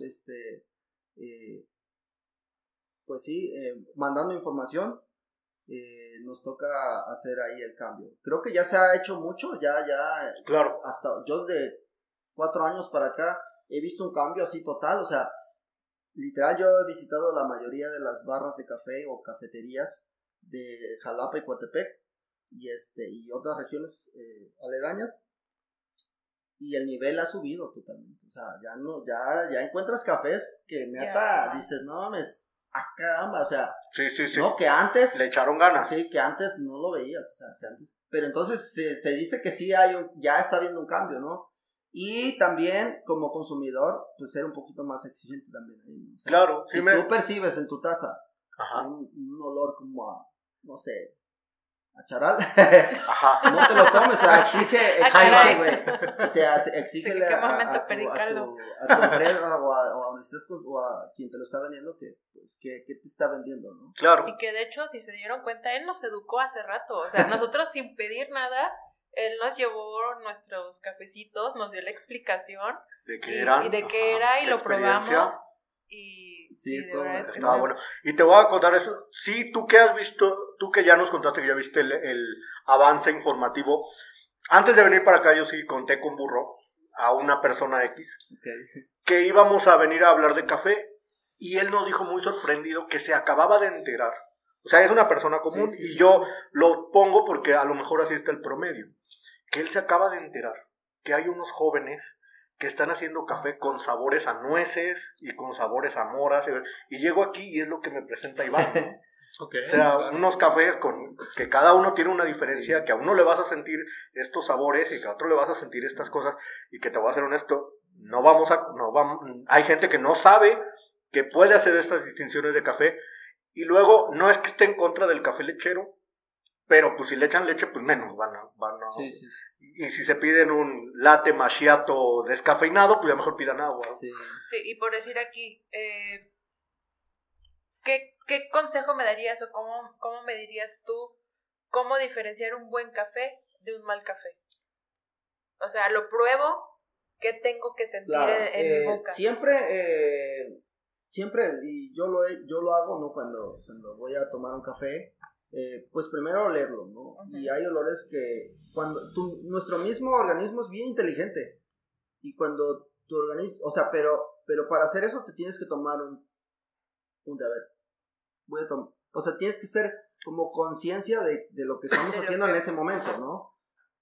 pues sí, mandando información. Nos toca hacer ahí el cambio. Creo que ya se ha hecho mucho, ya Claro. hasta yo de 4 años para acá he visto un cambio así total, o sea, literal yo he visitado la mayoría de las barras de café o cafeterías de Jalapa y Coatepec y otras regiones aledañas, y el nivel ha subido totalmente, o sea, ya encuentras cafés que neta dices, no mames, caramba, o sea, Sí. no, que antes Le echaron ganas. sí, que antes no lo veías, o sea, que antes, pero entonces se dice que sí ya está habiendo un cambio, ¿no? Y también como consumidor, pues ser un poquito más exigente también, ¿no? O sea, Claro. si tú percibes en tu taza Ajá. un olor como a, no sé, a charal, Ajá. no te lo tomes, o sea, exige, güey. O sea, exígele ¿En qué a momento tu pedí caldo? empresa o a donde estés o a quien te lo está vendiendo que te está vendiendo, ¿no? Claro. Y que de hecho, si se dieron cuenta, él nos educó hace rato. O sea, nosotros sin pedir nada, él nos llevó nuestros cafecitos, nos dio la explicación De qué eran. y de qué era, y qué lo experiencia. probamos. Y Sí, de esto verdad es que Estaba sí. bueno. Y te voy a contar eso. Sí, tú que has visto, tú que ya nos contaste que ya viste el avance informativo. Antes de venir para acá, yo sí conté con Burro a una persona X Okay. que íbamos a venir a hablar de café y él nos dijo muy sorprendido que se acababa de enterar. O sea, es una persona común y yo lo pongo porque a lo mejor así está el promedio. Que él se acaba de enterar que hay unos jóvenes que están haciendo café con sabores a nueces y con sabores a moras. Y llego aquí y es lo que me presenta Iván, ¿no? Okay, O sea, claro. unos cafés que cada uno tiene una diferencia, que a uno le vas a sentir estos sabores y que a otro le vas a sentir estas cosas, y que te voy a ser honesto, hay gente que no sabe que puede hacer estas distinciones de café, y luego no es que esté en contra del café lechero, pero pues si le echan leche, pues menos van a. Sí. Y si se piden un latte macchiato descafeinado, pues ya mejor pidan agua. Sí. Sí, y por decir aquí, ¿qué consejo me darías o cómo me dirías tú cómo diferenciar un buen café de un mal café? O sea, lo pruebo, ¿qué tengo que sentir en mi boca? Siempre, y yo lo hago, ¿no? Cuando voy a tomar un café, pues primero olerlo, ¿no? Uh-huh. Y hay olores que nuestro mismo organismo es bien inteligente, y cuando tu organismo, o sea, pero para hacer eso te tienes que tomar o sea, tienes que ser como conciencia de lo que estamos haciendo en ese momento, ¿no?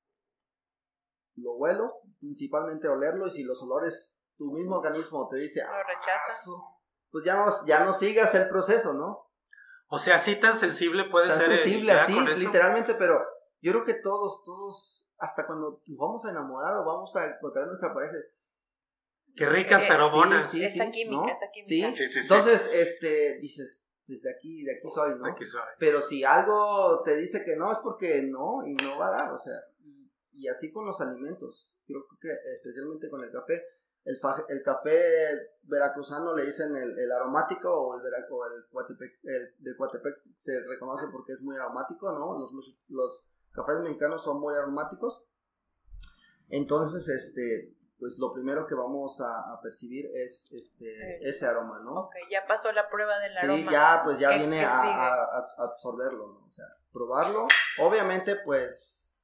Lo huelo, principalmente olerlo, y si los olores, tu mismo organismo te dice, Lo rechaza. pues ya no sigas el proceso, ¿no? O sea, así tan sensible puede Tan ser. sensible ya así, con eso. literalmente, pero yo creo que todos, hasta cuando nos vamos a enamorar o vamos a encontrar a nuestra pareja, Qué ricas feromonas. sí, Esa química, ¿no? esa química. Sí. Entonces, dices, pues de aquí soy, ¿no? Aquí soy. Pero si algo te dice que no, es porque no, y no va a dar, o sea, y así con los alimentos, creo que especialmente con el café. El café veracruzano le dicen el aromático, o el de Coatepec se reconoce porque es muy aromático, ¿no? Los cafés mexicanos son muy aromáticos. Entonces, pues lo primero que vamos a percibir es ese aroma, ¿no? Ok, ya pasó la prueba del aroma. Ya, pues ya ¿Qué viene sigue? a absorberlo, ¿no? O sea, probarlo. Obviamente, pues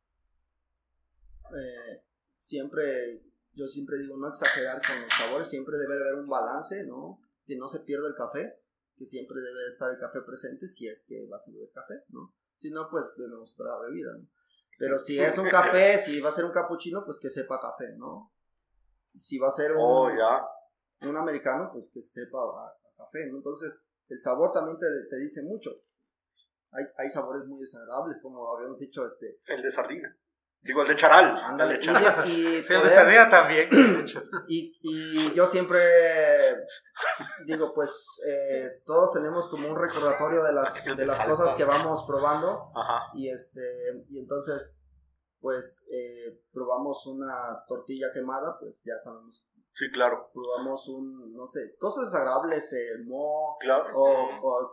yo siempre digo, no exagerar con los sabores, siempre debe haber un balance, ¿no? Que no se pierda el café, que siempre debe estar el café presente si es que vas a beber café, ¿no? Si no, pues bebemos otra bebida, ¿no? Pero si es un café, si va a ser un capuchino, pues que sepa café, ¿no? Si va a ser un americano, pues que sepa a café, ¿no? Entonces, el sabor también te dice mucho. Hay sabores muy desagradables, como habíamos dicho, El de sardina. Digo, el de charal. Ándale, El de charal. y Sí, el de Sadea también, de hecho. y yo siempre digo, pues todos tenemos como un recordatorio de las cosas que vamos probando. Ajá. Y entonces pues probamos una tortilla quemada, pues ya sabemos. Sí, claro. Probamos no sé, cosas desagradables, moho, Claro. o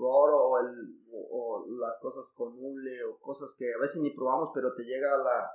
las cosas con hule, o cosas que a veces ni probamos, pero te llega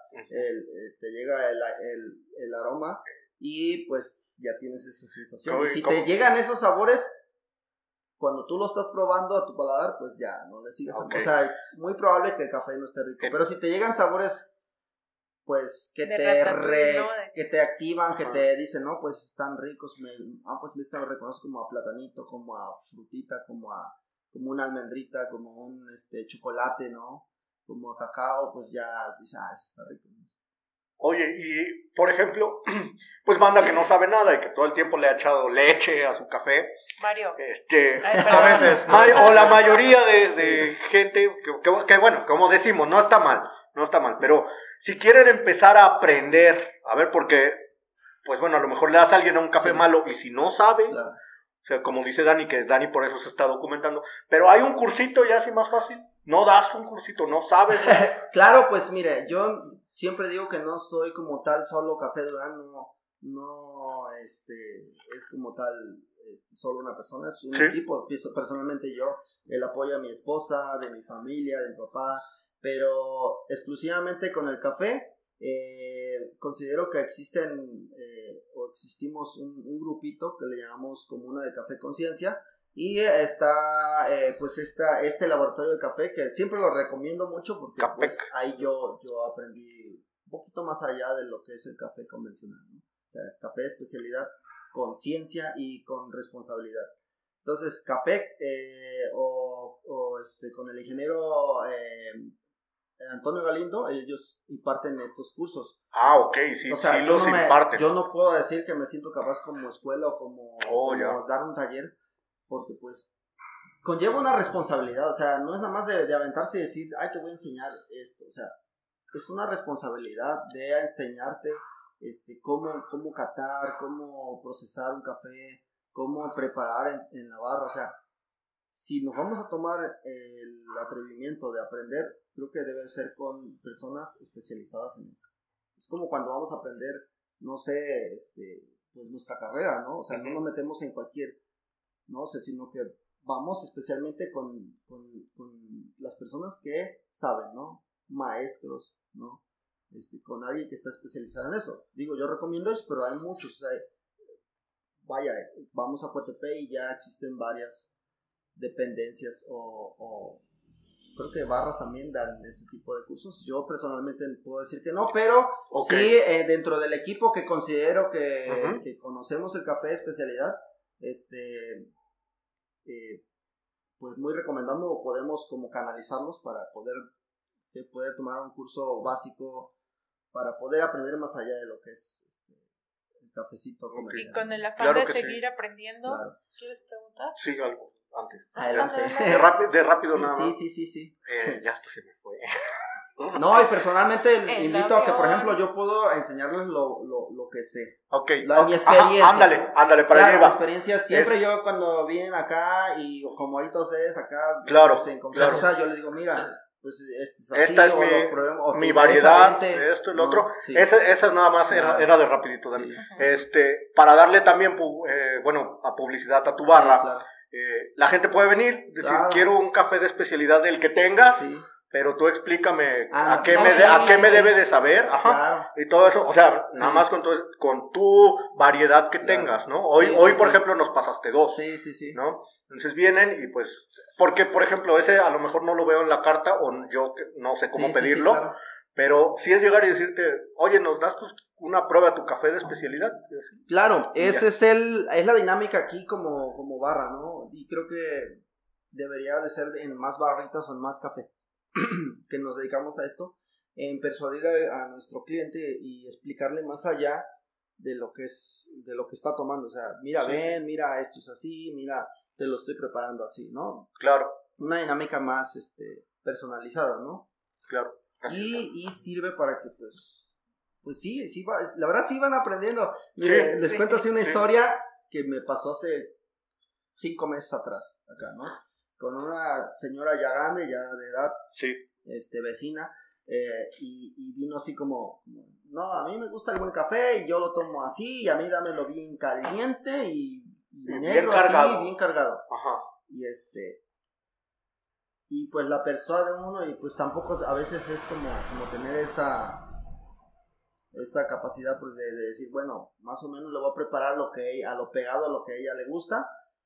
el aroma y pues ya tienes esa sensación. Y si te llegan esos sabores, cuando tú lo estás probando a tu paladar, pues ya no le sigas. Okay. O sea, muy probable que el café no esté rico, pero si te llegan sabores pues que te activan, que te dicen, no, pues están ricos, pues me reconozco como a platanito, como a frutita, como una almendrita, como un chocolate, ¿no? Como a cacao, pues ya dices, ese está rico. Oye, y por ejemplo, pues banda que no sabe nada y que todo el tiempo le ha echado leche a su café. Mario. A veces. O la mayoría de gente que bueno, como decimos, no está mal, sí. Pero si quieren empezar a aprender, a ver, porque, pues bueno, a lo mejor le das a alguien un café malo y si no sabe, claro. O sea, como dice Dani, que Dani por eso se está documentando, pero hay un cursito ya así más fácil, no das un cursito, no sabes. Claro, pues mire, yo siempre digo que no soy como tal solo Café Durán, no es como tal solo una persona, es un equipo. Personalmente yo, el apoyo a mi esposa, de mi familia, de mi papá, pero exclusivamente con el café. Considero que existimos un grupito que le llamamos Comuna de Café Conciencia, y está pues este laboratorio de café que siempre lo recomiendo mucho porque pues ahí yo aprendí un poquito más allá de lo que es el café convencional, ¿no? O sea, café de especialidad con ciencia y con responsabilidad. Entonces CAPEC con el ingeniero Antonio Galindo, ellos imparten estos cursos. Ok, sí, o sea, sí los imparten. Yo no puedo decir que me siento capaz como escuela o como dar un taller, porque pues conlleva una responsabilidad. O sea, no es nada más de aventarse y decir, te voy a enseñar esto. O sea, es una responsabilidad de enseñarte cómo catar, cómo procesar un café, cómo preparar en la barra. O sea, si nos vamos a tomar el atrevimiento de aprender, creo que debe ser con personas especializadas en eso. Es como cuando vamos a aprender, no sé, pues nuestra carrera, ¿no? O sea, no nos metemos en cualquier, no sé, sino que vamos especialmente con las personas que saben, ¿no? Maestros, ¿no? Con alguien que está especializado en eso. Digo, yo recomiendo eso, pero hay muchos. O sea, vaya, vamos a Coatepec y ya existen varias dependencias o creo que barras también dan ese tipo de cursos. Yo personalmente puedo decir que no, pero sí, dentro del equipo que considero que conocemos el café de especialidad, pues muy recomendando, podemos como canalizarlos para poder tomar un curso básico, para poder aprender más allá de lo que es el cafecito comercial. Y con el afán de seguir aprendiendo, claro. ¿Quieres preguntar? Sí, algo. Antes. Adelante. De rápido nada más. Sí. Ya hasta se me fue. No, y personalmente invito a que, por ejemplo, yo puedo enseñarles lo que sé. Mi experiencia. Ándale, para allá. Mi experiencia, siempre yo cuando vienen acá, y como ahorita ustedes acá, claro, pues, en confianza, yo les digo, mira, pues es así, esta es mi variedad, esto y lo otro. Sí. Esa nada más era de rapidito, Dani. Sí. Para darle también, a publicidad a tu barra. Sí, claro. La gente puede venir, decir, quiero un café de especialidad del que tengas, pero tú explícame a qué me debe de saber, claro. Y todo eso, o sea, nada más con tu variedad que tengas, ¿no? Hoy por ejemplo, nos pasaste 2, ¿no? Entonces vienen y pues, porque por ejemplo, ese a lo mejor no lo veo en la carta, o yo no sé cómo pedirlo, claro. Pero si es llegar y decirte, oye, ¿nos das una prueba de tu café de especialidad? Claro, ese es la dinámica aquí como barra, ¿no? Y creo que debería de ser en más barritas o en más café que nos dedicamos a esto, en persuadir a nuestro cliente y explicarle más allá de lo que está tomando. O sea, mira, ven, mira, esto es así, mira, te lo estoy preparando así, ¿no? Claro. Una dinámica más personalizada, ¿no? Claro. y sirve para que pues sí, la verdad sí van aprendiendo. Sí, Les cuento así una sí. historia que me pasó hace 5 meses atrás, acá, ¿no? Con una señora ya grande, ya de edad, Sí. Vecina, y vino así como, no, a mí me gusta el buen café y yo lo tomo así, y a mí dámelo bien caliente y negro, bien cargado. así, bien cargado. Ajá. Y pues la persuade uno, y pues tampoco a veces es como tener esa capacidad pues de decir, bueno, más o menos le voy a preparar a lo pegado a lo que a ella le gusta,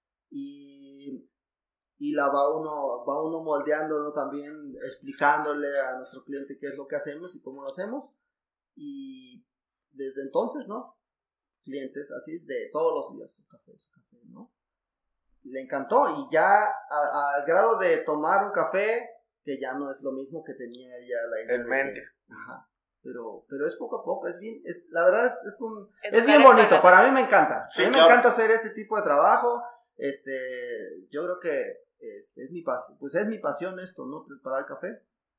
y la va uno moldeando, ¿no? También explicándole a nuestro cliente qué es lo que hacemos y cómo lo hacemos, y desde entonces, ¿no? Clientes así de todos los días, su café, ¿no? Le encantó, y ya al grado de tomar un café que ya no es lo mismo que tenía ella la idea En mente. Ajá. Pero es poco a poco, la verdad es bien bien bonito, para mí me encanta. Sí, a mí claro. me encanta hacer este tipo de trabajo. Yo creo que es mi pasión, pues es mi pasión esto, ¿no? Preparar el café.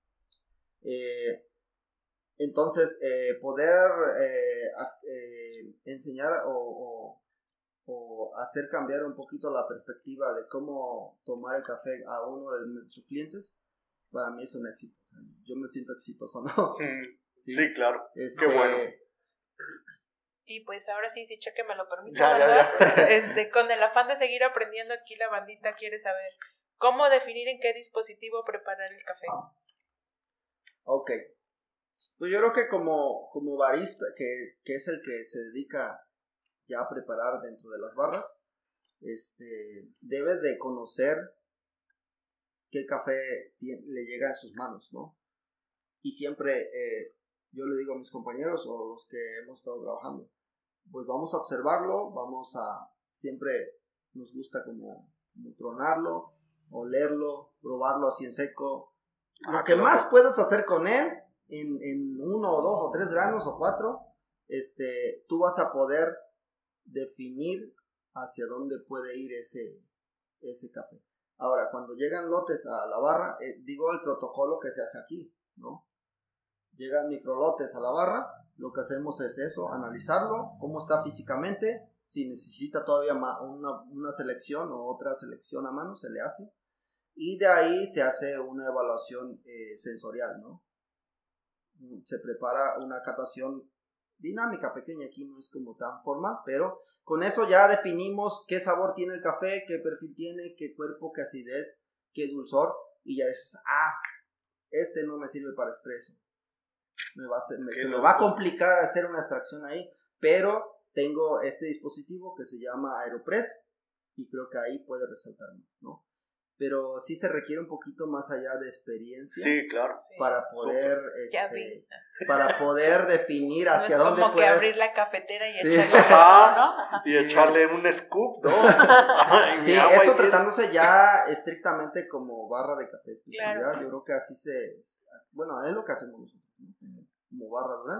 Entonces, poder enseñar o hacer cambiar un poquito la perspectiva de cómo tomar el café a uno de nuestros clientes, para mí es un éxito. Yo me siento exitoso, ¿no? Sí, claro. Qué bueno. Y pues ahora sí, si Cheque me lo permite, Ya. ¿verdad? Con el afán de seguir aprendiendo, aquí la bandita quiere saber cómo definir en qué dispositivo preparar el café. Ok. Pues yo creo que como barista, que es el que se dedica ya a preparar dentro de las barras, debe de conocer qué café le llega en sus manos, ¿no? Y siempre yo le digo a mis compañeros o los que hemos estado trabajando, pues vamos a observarlo, siempre nos gusta como tronarlo, olerlo, probarlo así en seco. Lo que más puedas hacer con él, en 1 o 2 o 3 granos o 4, tú vas a poder definir hacia dónde puede ir ese café. Ahora, cuando llegan lotes a la barra, digo el protocolo que se hace aquí, ¿no? Llegan microlotes a la barra, lo que hacemos es eso, analizarlo, cómo está físicamente, si necesita todavía una selección o otra selección a mano, se le hace, y de ahí se hace una evaluación sensorial, ¿no? Se prepara una catación dinámica pequeña, aquí no es como tan formal, pero con eso ya definimos qué sabor tiene el café, qué perfil tiene, qué cuerpo, qué acidez, qué dulzor, y ya dices, no me sirve para espresso, se me va a complicar hacer una extracción ahí, pero tengo este dispositivo que se llama Aeropress, y creo que ahí puede resaltar más, ¿no? Pero sí se requiere un poquito más allá de experiencia. Sí, claro. Para poder, Ya vi. para poder definir hacia no es dónde como puedes. que abrir la cafetera y Sí. echarle Ajá. ¿no? Y echarle un scoop, ¿no? Ajá, y Sí, mi agua eso y tratándose ya estrictamente como barra de café de especialidad. Claro. Yo creo que así bueno, es lo que hacemos nosotros, ¿no? Como barra dural.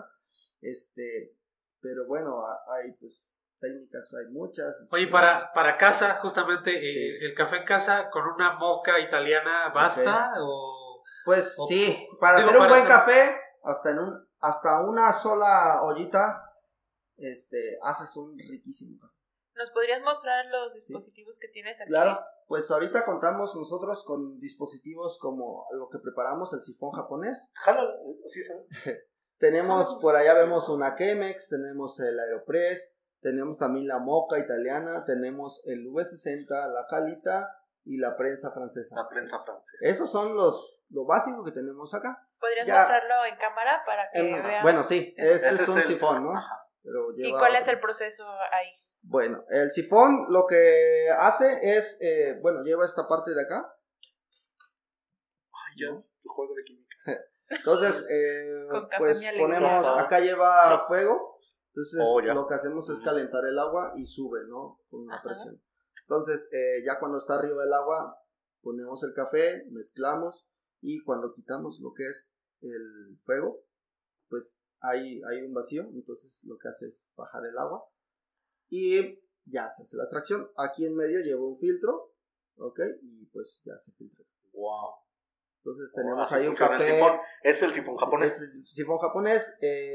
Pero bueno, hay pues técnicas, hay muchas. Oye, para casa, justamente, Sí. el café en casa con una moca italiana, ¿basta? Pues o- sí, para digo, hacer un para buen hacer- café, hasta una sola ollita, haces un riquísimo café. ¿Nos podrías mostrar los dispositivos que tienes aquí? Claro, pues ahorita contamos nosotros con dispositivos como lo que preparamos, el sifón japonés. Jala, sí, ¿sabes? Tenemos, por allá vemos una Chemex, tenemos el Aeropress, tenemos también la moca italiana, tenemos el V60, la calita y la prensa francesa. La prensa francesa. Esos son lo básico que tenemos acá. ¿Podrías Ya. mostrarlo en cámara para que vean? Bueno, sí, ese es un el- sifón, ¿no? Ajá. Pero ¿Y lleva cuál es otro. el proceso ahí? Bueno, el sifón lo que hace es, lleva esta parte de acá. Ay, ya, el juego de química. Entonces, Con café pues mi alegría. ponemos, Ajá. acá lleva fuego. Entonces, Ya. lo que hacemos es calentar el agua y sube, ¿no? Con una Ajá. presión. Entonces, ya cuando está arriba el agua, ponemos el café, mezclamos, y cuando quitamos lo que es el fuego, pues hay un vacío. Entonces, lo que hace es bajar el agua y ya se hace la extracción. Aquí en medio lleva un filtro, ¿ok? Y pues ya se filtra. Wow. Entonces tenemos ahí un café. Es el sifón japonés. Es el sifón japonés.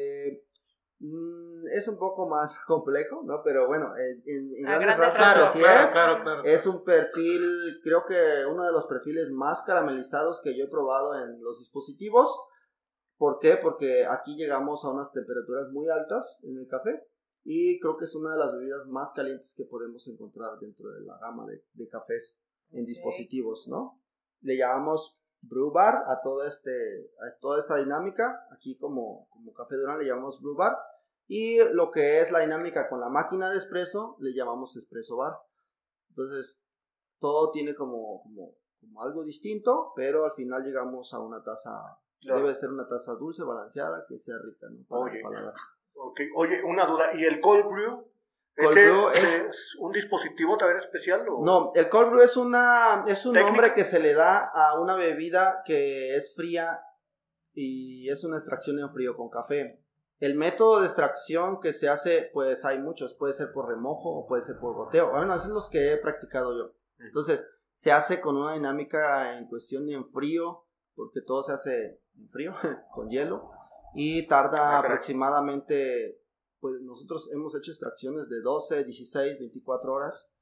Es un poco más complejo, ¿no? Pero bueno, en grandes rasgos así es. Claro. Es un perfil, creo que uno de los perfiles más caramelizados que yo he probado en los dispositivos. ¿Por qué? Porque aquí llegamos a unas temperaturas muy altas en el café y creo que es una de las bebidas más calientes que podemos encontrar dentro de la gama de cafés en dispositivos, ¿no? Le llamamos brew bar a toda esta dinámica. Aquí como Café Durán le llamamos brew bar, y lo que es la dinámica con la máquina de espresso le llamamos espresso bar. Entonces todo tiene como algo distinto, pero al final llegamos a una taza. Claro. Debe ser una taza dulce, balanceada, que sea rica, ¿no? Para el paladar. Oye, una duda, ¿y el cold brew? ¿Es un dispositivo también especial? ¿O? No, el cold brew es un nombre que se le da a una bebida que es fría y es una extracción en frío con café. El método de extracción que se hace, pues hay muchos, puede ser por remojo o puede ser por goteo. Bueno, esos son los que he practicado yo. Entonces, se hace con una dinámica en cuestión de en frío, porque todo se hace en frío, con hielo, y tarda aproximadamente, pues nosotros hemos hecho extracciones de 12, 16, 24 horas,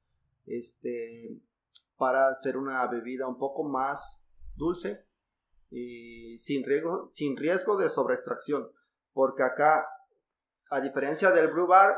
para hacer una bebida un poco más dulce y sin riesgo de sobreextracción, porque acá, a diferencia del brew bar,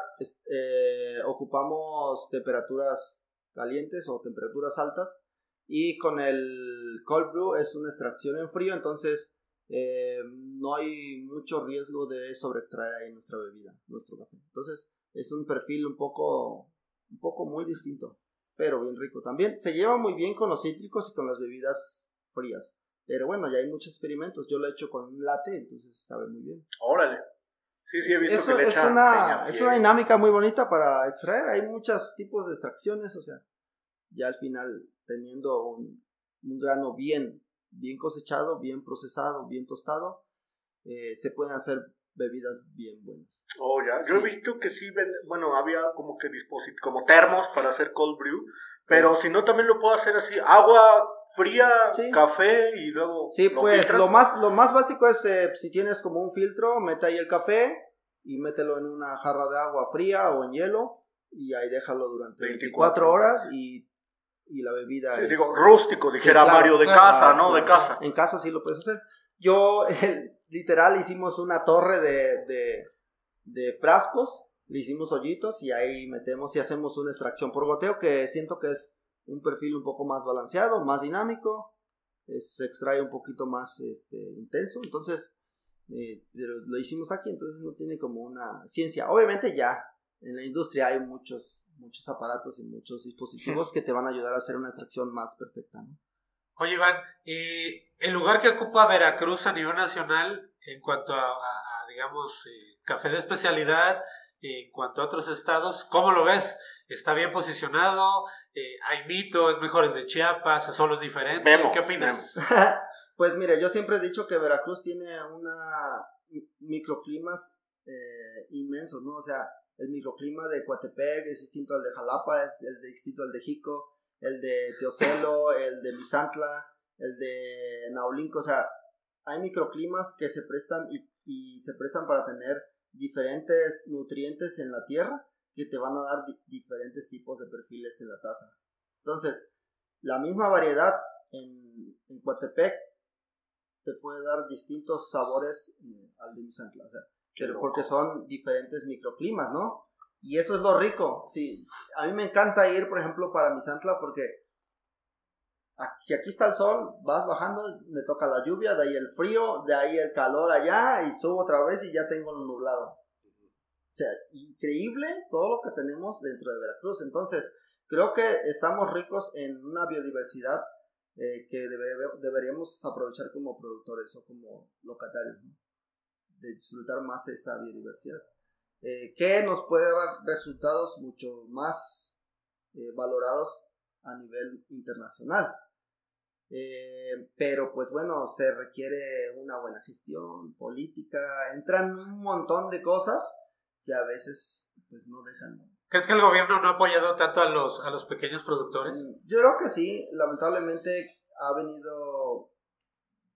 ocupamos temperaturas calientes o temperaturas altas, y con el cold brew es una extracción en frío, entonces no hay mucho riesgo de sobreextraer ahí nuestra bebida, nuestro café. Entonces es un perfil un poco muy distinto, pero bien rico. También se lleva muy bien con los cítricos y con las bebidas frías. Pero bueno, ya hay muchos experimentos. Yo lo he hecho con un latte, entonces sabe muy bien. Órale. Sí, he visto que le echan es una dinámica muy bonita para extraer. Hay muchos tipos de extracciones, o sea, ya al final teniendo un grano bien cosechado, bien procesado, bien tostado, se pueden hacer bebidas bien buenas. Ya. Yo he visto que sí, había como que como termos para hacer cold brew, pero si no también lo puedo hacer así, agua fría, café y luego... Sí, pues lo más básico es, si tienes como un filtro, mete ahí el café y mételo en una jarra de agua fría o en hielo y ahí déjalo durante 24 horas y la bebida es... digo, rústico, dijera Mario, de casa, ¿no? De casa. En casa sí lo puedes hacer. Yo, literal, hicimos una torre de frascos, le hicimos hoyitos y ahí metemos y hacemos una extracción por goteo, que siento que es un perfil un poco más balanceado, más dinámico, se extrae un poquito más intenso, entonces lo hicimos aquí, entonces no tiene como una ciencia. Obviamente ya en la industria hay muchos aparatos y muchos dispositivos que te van a ayudar a hacer una extracción más perfecta, ¿no? Oye, Iván, el lugar que ocupa Veracruz a nivel nacional en cuanto a digamos, café de especialidad, en cuanto a otros estados, ¿cómo lo ves? ¿Está bien posicionado? ¿Hay mito? ¿Es mejor el de Chiapas? ¿Solo es diferente? ¿Qué opinas? Pues mire, yo siempre he dicho que Veracruz tiene microclimas inmensos, ¿no? O sea, el microclima de Coatepec es distinto al de Jalapa, es distinto al de Jico, el de Teocelo, el de Misantla, el de Naulinco. O sea, hay microclimas que se prestan y se prestan para tener diferentes nutrientes en la tierra que te van a dar diferentes tipos de perfiles en la taza. Entonces, la misma variedad en Coatepec te puede dar distintos sabores al de Misantla, o sea, pero porque son diferentes microclimas, ¿no? Y eso es lo rico. Sí, a mí me encanta ir, por ejemplo, para Misantla porque si aquí está el sol, vas bajando, me toca la lluvia, de ahí el frío, de ahí el calor allá y subo otra vez y ya tengo el nublado. O sea, increíble todo lo que tenemos dentro de Veracruz. Entonces, creo que estamos ricos en una biodiversidad que deberíamos aprovechar como productores o como locatarios, ¿no? De disfrutar más esa biodiversidad. Que nos puede dar resultados mucho más valorados a nivel internacional. Pero pues bueno, se requiere una buena gestión política, entran un montón de cosas que a veces pues no dejan. ¿Crees que el gobierno no ha apoyado tanto a los pequeños productores? Yo creo que sí, lamentablemente ha venido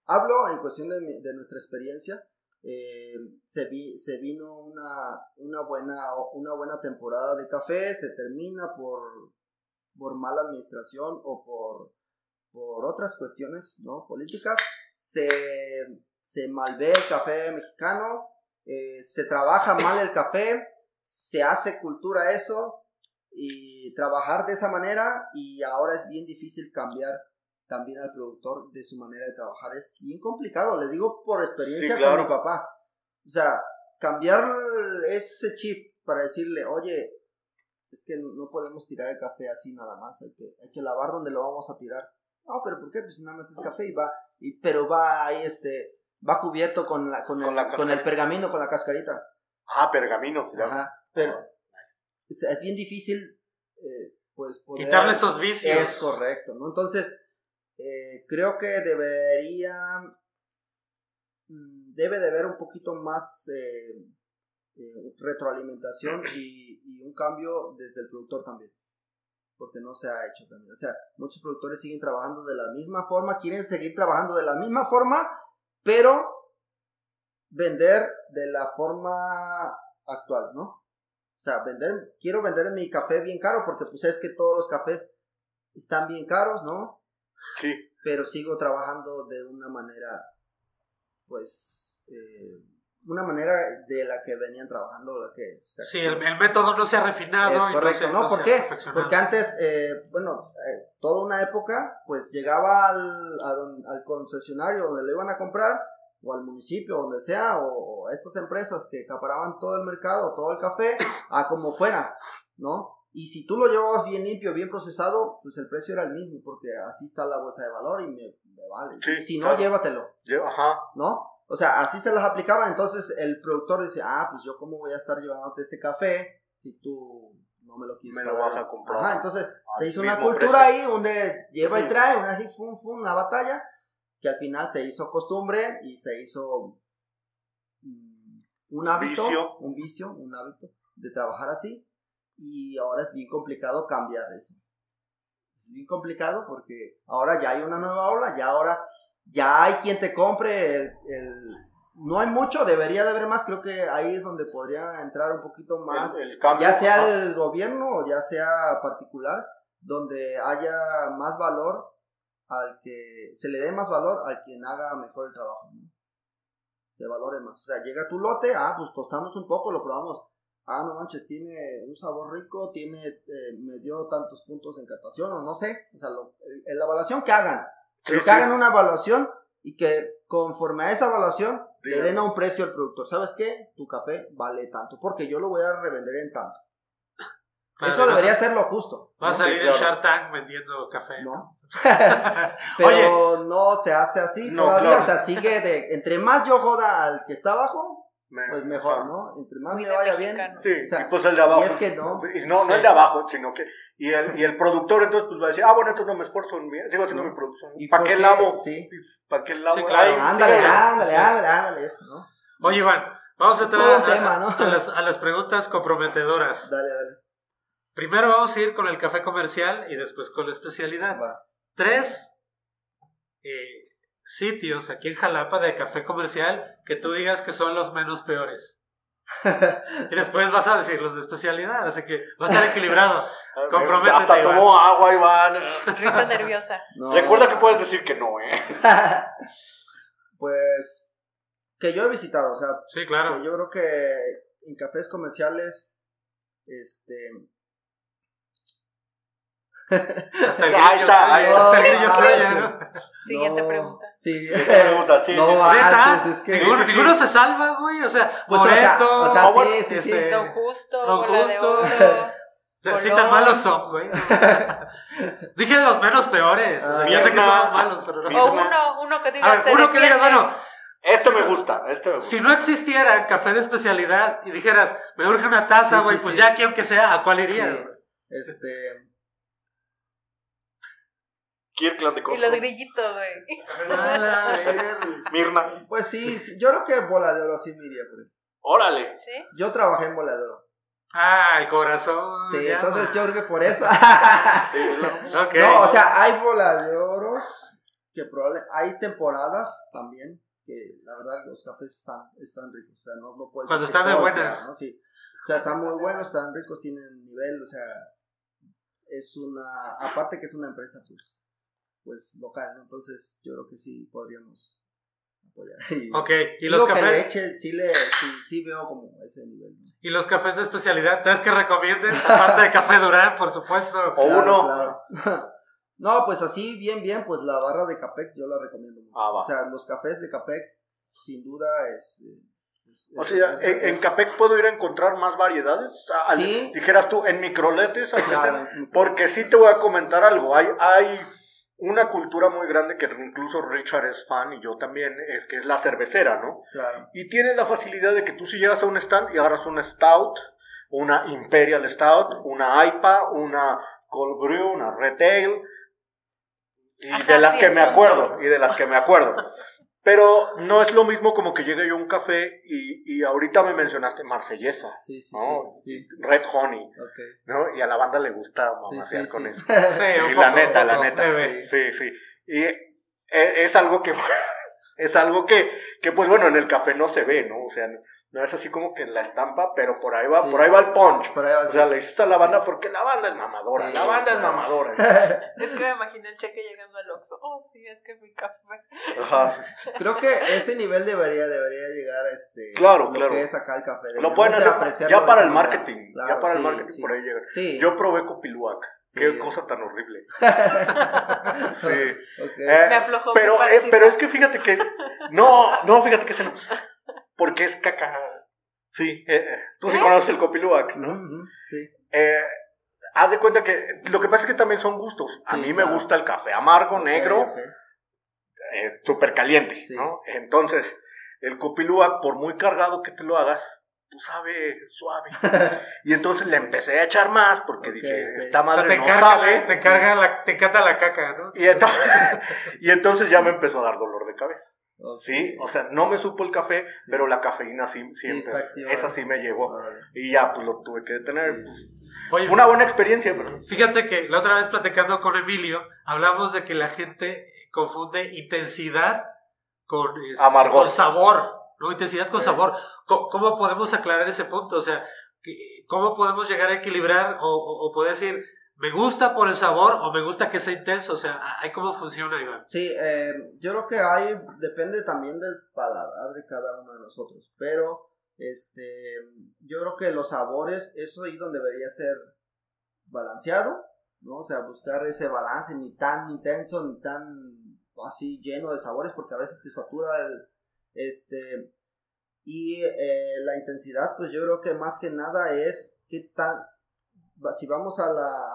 hablo en cuestión de nuestra experiencia. Se vino una buena temporada de café, se termina por mala administración o por otras cuestiones, ¿no? Políticas. Se malvé el café mexicano, se trabaja mal el café, se hace cultura eso y trabajar de esa manera, y ahora es bien difícil cambiar también al productor de su manera de trabajar. Es bien complicado, le digo por experiencia, Sí, claro. con mi papá. O sea, cambiar ese chip para decirle, oye, es que no podemos tirar el café así nada más, hay que lavar donde lo vamos a tirar. No, pero ¿por qué? Pues nada más es café pero va ahí va cubierto con el pergamino, con la cascarita. Pergaminos. Ajá, pero es bien difícil pues poder quitarle esos vicios. Es correcto, ¿no? Entonces creo que debe de haber un poquito más retroalimentación y un cambio desde el productor también, porque no se ha hecho también. O sea, muchos productores siguen trabajando de la misma forma, quieren seguir trabajando de la misma forma, pero vender de la forma actual, ¿no? O sea, quiero vender mi café bien caro porque pues es que todos los cafés están bien caros, ¿no? Sí. Pero sigo trabajando de una manera, pues, una manera de la que venían trabajando, la que sí, el método no se ha refinado. Es correcto, ¿no? ¿Por qué? Porque antes, toda una época, pues llegaba al concesionario donde le iban a comprar, o al municipio, donde sea, o a estas empresas que acaparaban todo el mercado, todo el café, a como fuera, ¿no? Y si tú lo llevabas bien limpio, bien procesado, pues el precio era el mismo, porque así está la bolsa de valor y me vale. Sí, si claro. no, llévatelo. Ajá. ¿No? O sea, así se las aplicaban. Entonces el productor dice, pues yo cómo voy a estar llevándote ese café si tú no me lo quieres Me lo vas a comprar. Ajá, entonces se hizo una mismo cultura precio. ahí donde lleva y trae, una batalla, que al final se hizo costumbre y se hizo un hábito, un hábito de trabajar así, y ahora es bien complicado cambiar eso. Es bien complicado porque ahora ya hay una nueva ola, ya hay quien te compre no hay mucho, debería de haber más. Creo que ahí es donde podría entrar un poquito más, el cambio, ya sea el gobierno o ya sea particular, donde haya más valor se le dé más valor al quien haga mejor el trabajo, ¿no? Se valore más. O sea, llega tu lote, pues tostamos un poco, lo probamos. No manches, tiene un sabor rico, me dio tantos puntos en catación, o no sé. O sea, la evaluación que hagan. Que hagan una evaluación y que conforme a esa evaluación le den a un precio al productor. ¿Sabes qué? Tu café vale tanto, porque yo lo voy a revender en tanto. Claro, eso debería ser lo justo. Va a salir el Shark Tank vendiendo café. No. Pero no se hace así todavía. Claro. O sea, sigue entre más yo joda al que está abajo, pues mejor, ¿no? Entre más me vaya bien. Sí, o sea, y pues el de abajo. Y es que no. No el de abajo, sino que. Y el productor entonces pues va a decir, bueno, entonces no me esfuerzo en sigo haciendo mi producción. ¿Y para qué lavo? Sí. ¿Para qué lavo? Sí, claro. Ándale, eso, ¿no? Oye, Iván, vamos a entrar ¿no? a las preguntas comprometedoras. Dale. Primero vamos a ir con el café comercial y después con la especialidad. Va. 3 sitios aquí en Jalapa de café comercial que tú digas que son los menos peores. Y después vas a decir los de especialidad, así que va a estar equilibrado. Comprométete, hasta Iván. tomó agua, Iván. Risa nerviosa. No. Recuerda que puedes decir que no, Pues que yo he visitado, o sea, Sí, claro. que yo creo que en cafés comerciales Hasta el Ahí grillo está, sueña, ahí hasta el está. grillo sueña, ¿no? Siguiente pregunta. Sí. Sí. No, ¿Neta? es que Ninguno se salva, güey. O sea, pues, Moreto, o sea, bueno, sí. Don Justo, Don Bola de Justo. Oro. Sí, tan malos son, güey. Dije los menos peores. O sea, ya sé que somos malos, pero no. O uno que diga. A ver, uno que digas, bueno, Este me gusta. si no existiera café de especialidad y dijeras, me urge una taza, Sí, güey, sí, pues sí. ya aquí aunque sea, ¿a cuál iría? Sí. Kirkland de Y Costco. los grillitos, güey. A la verga. Mirna. Pues sí, yo creo que Bola de Oro sí me iría por ahí. Órale. ¿Sí? Yo trabajé en Bola de Oro. El corazón. Sí, llama. entonces yo creo que por eso. Ok. No, o sea, hay Bola de Oros que hay temporadas también que la verdad los cafés están ricos, o sea, no puedes cuando decir están de todo, buenas, ¿no? Sí, o sea, están muy buenos, están ricos, tienen nivel, o sea, aparte que es una empresa pues local, ¿no? Entonces yo creo que sí podríamos apoyar. Ok, y digo los que cafés, leche sí veo como ese nivel, ¿no? y los cafés de especialidad, ¿tres que recomiendes? Aparte de Café Durán, por supuesto. O uno. Claro. No, pues así, bien, pues la barra de Capec yo la recomiendo mucho. Va. O sea, los cafés de Capec, sin duda, O sea, en Capec puedo ir a encontrar más variedades. Sí. Dijeras tú, en microletes. Claro, Porque sí te voy a comentar algo. Hay una cultura muy grande que incluso Richard es fan y yo también, que es la cervecera, ¿no? Claro. Y tienes la facilidad de que tú si llegas a un stand y agarras una Stout, una Imperial Stout, una IPA, una Cold Brew, una Red Ale, y de las que me acuerdo. Pero no es lo mismo como que llegue yo a un café y ahorita me mencionaste Marsellesa, Sí, ¿no? sí. Red Honey, Okay. ¿no? Y a la banda le gusta mamasear con eso. Sí, Y un la poco, neta, leve. sí. Y es algo que pues bueno, en el café no se ve, ¿no? O sea, no es así como que en la estampa, pero por ahí va el punch. Por ahí va, o sea, sí. le hiciste a la banda porque la banda es mamadora, Sí, la banda es claro. mamadora. Es que me imaginé el Cheque llegando al Oxxo. Oh, sí, es que mi café. Ajá. Creo que ese nivel debería llegar a Claro. que es acá el café. Lo pueden Deberíamos de hacer apreciarlo ya de para esa el manera. marketing, Claro, ya para el sí, marketing sí. por ahí llega. Sí. Yo probé Copiluac, Sí, qué cosa tan horrible. Sí. Okay. Me aflojó Pero, mi parecita. pero es que fíjate que no, fíjate que ese no, porque es caca. Sí, tú sí conoces el Copiluac, ¿no? Ujú, sí. Haz de cuenta que lo que pasa es que también son gustos. A Sí, mí claro. me gusta el café amargo, negro, Ok. súper caliente, Sí. ¿no? Entonces, el Copiluac, por muy cargado que te lo hagas, tú sabes, suave. Y entonces le empecé a echar más porque Ok, dije, ok. esta O sea, madre te no carga, sabe. te encanta la caca, ¿no? Y entonces ya me empezó a dar dolor de cabeza. Ok. Sí, o sea, no me supo el café, pero la cafeína sí siempre, está activa. esa sí me llegó. Órale. Y ya, pues lo tuve que detener. Sí. Pues, Oye, una buena experiencia, pero... fíjate que la otra vez platicando con Emilio, hablamos de que la gente confunde intensidad con Amargor. con sabor, ¿no? Intensidad con Sí. sabor. ¿Cómo podemos aclarar ese punto? O sea, ¿cómo podemos llegar a equilibrar o poder decir, me gusta por el sabor o me gusta que sea intenso? O sea, ¿hay cómo funciona, Iván? Sí, yo creo que depende también del paladar de cada uno de nosotros, pero yo creo que los sabores, eso ahí donde debería ser balanceado, ¿no? O sea, buscar ese balance, ni tan intenso, ni tan así lleno de sabores, porque a veces te satura y la intensidad, pues yo creo que más que nada es qué tan, si vamos a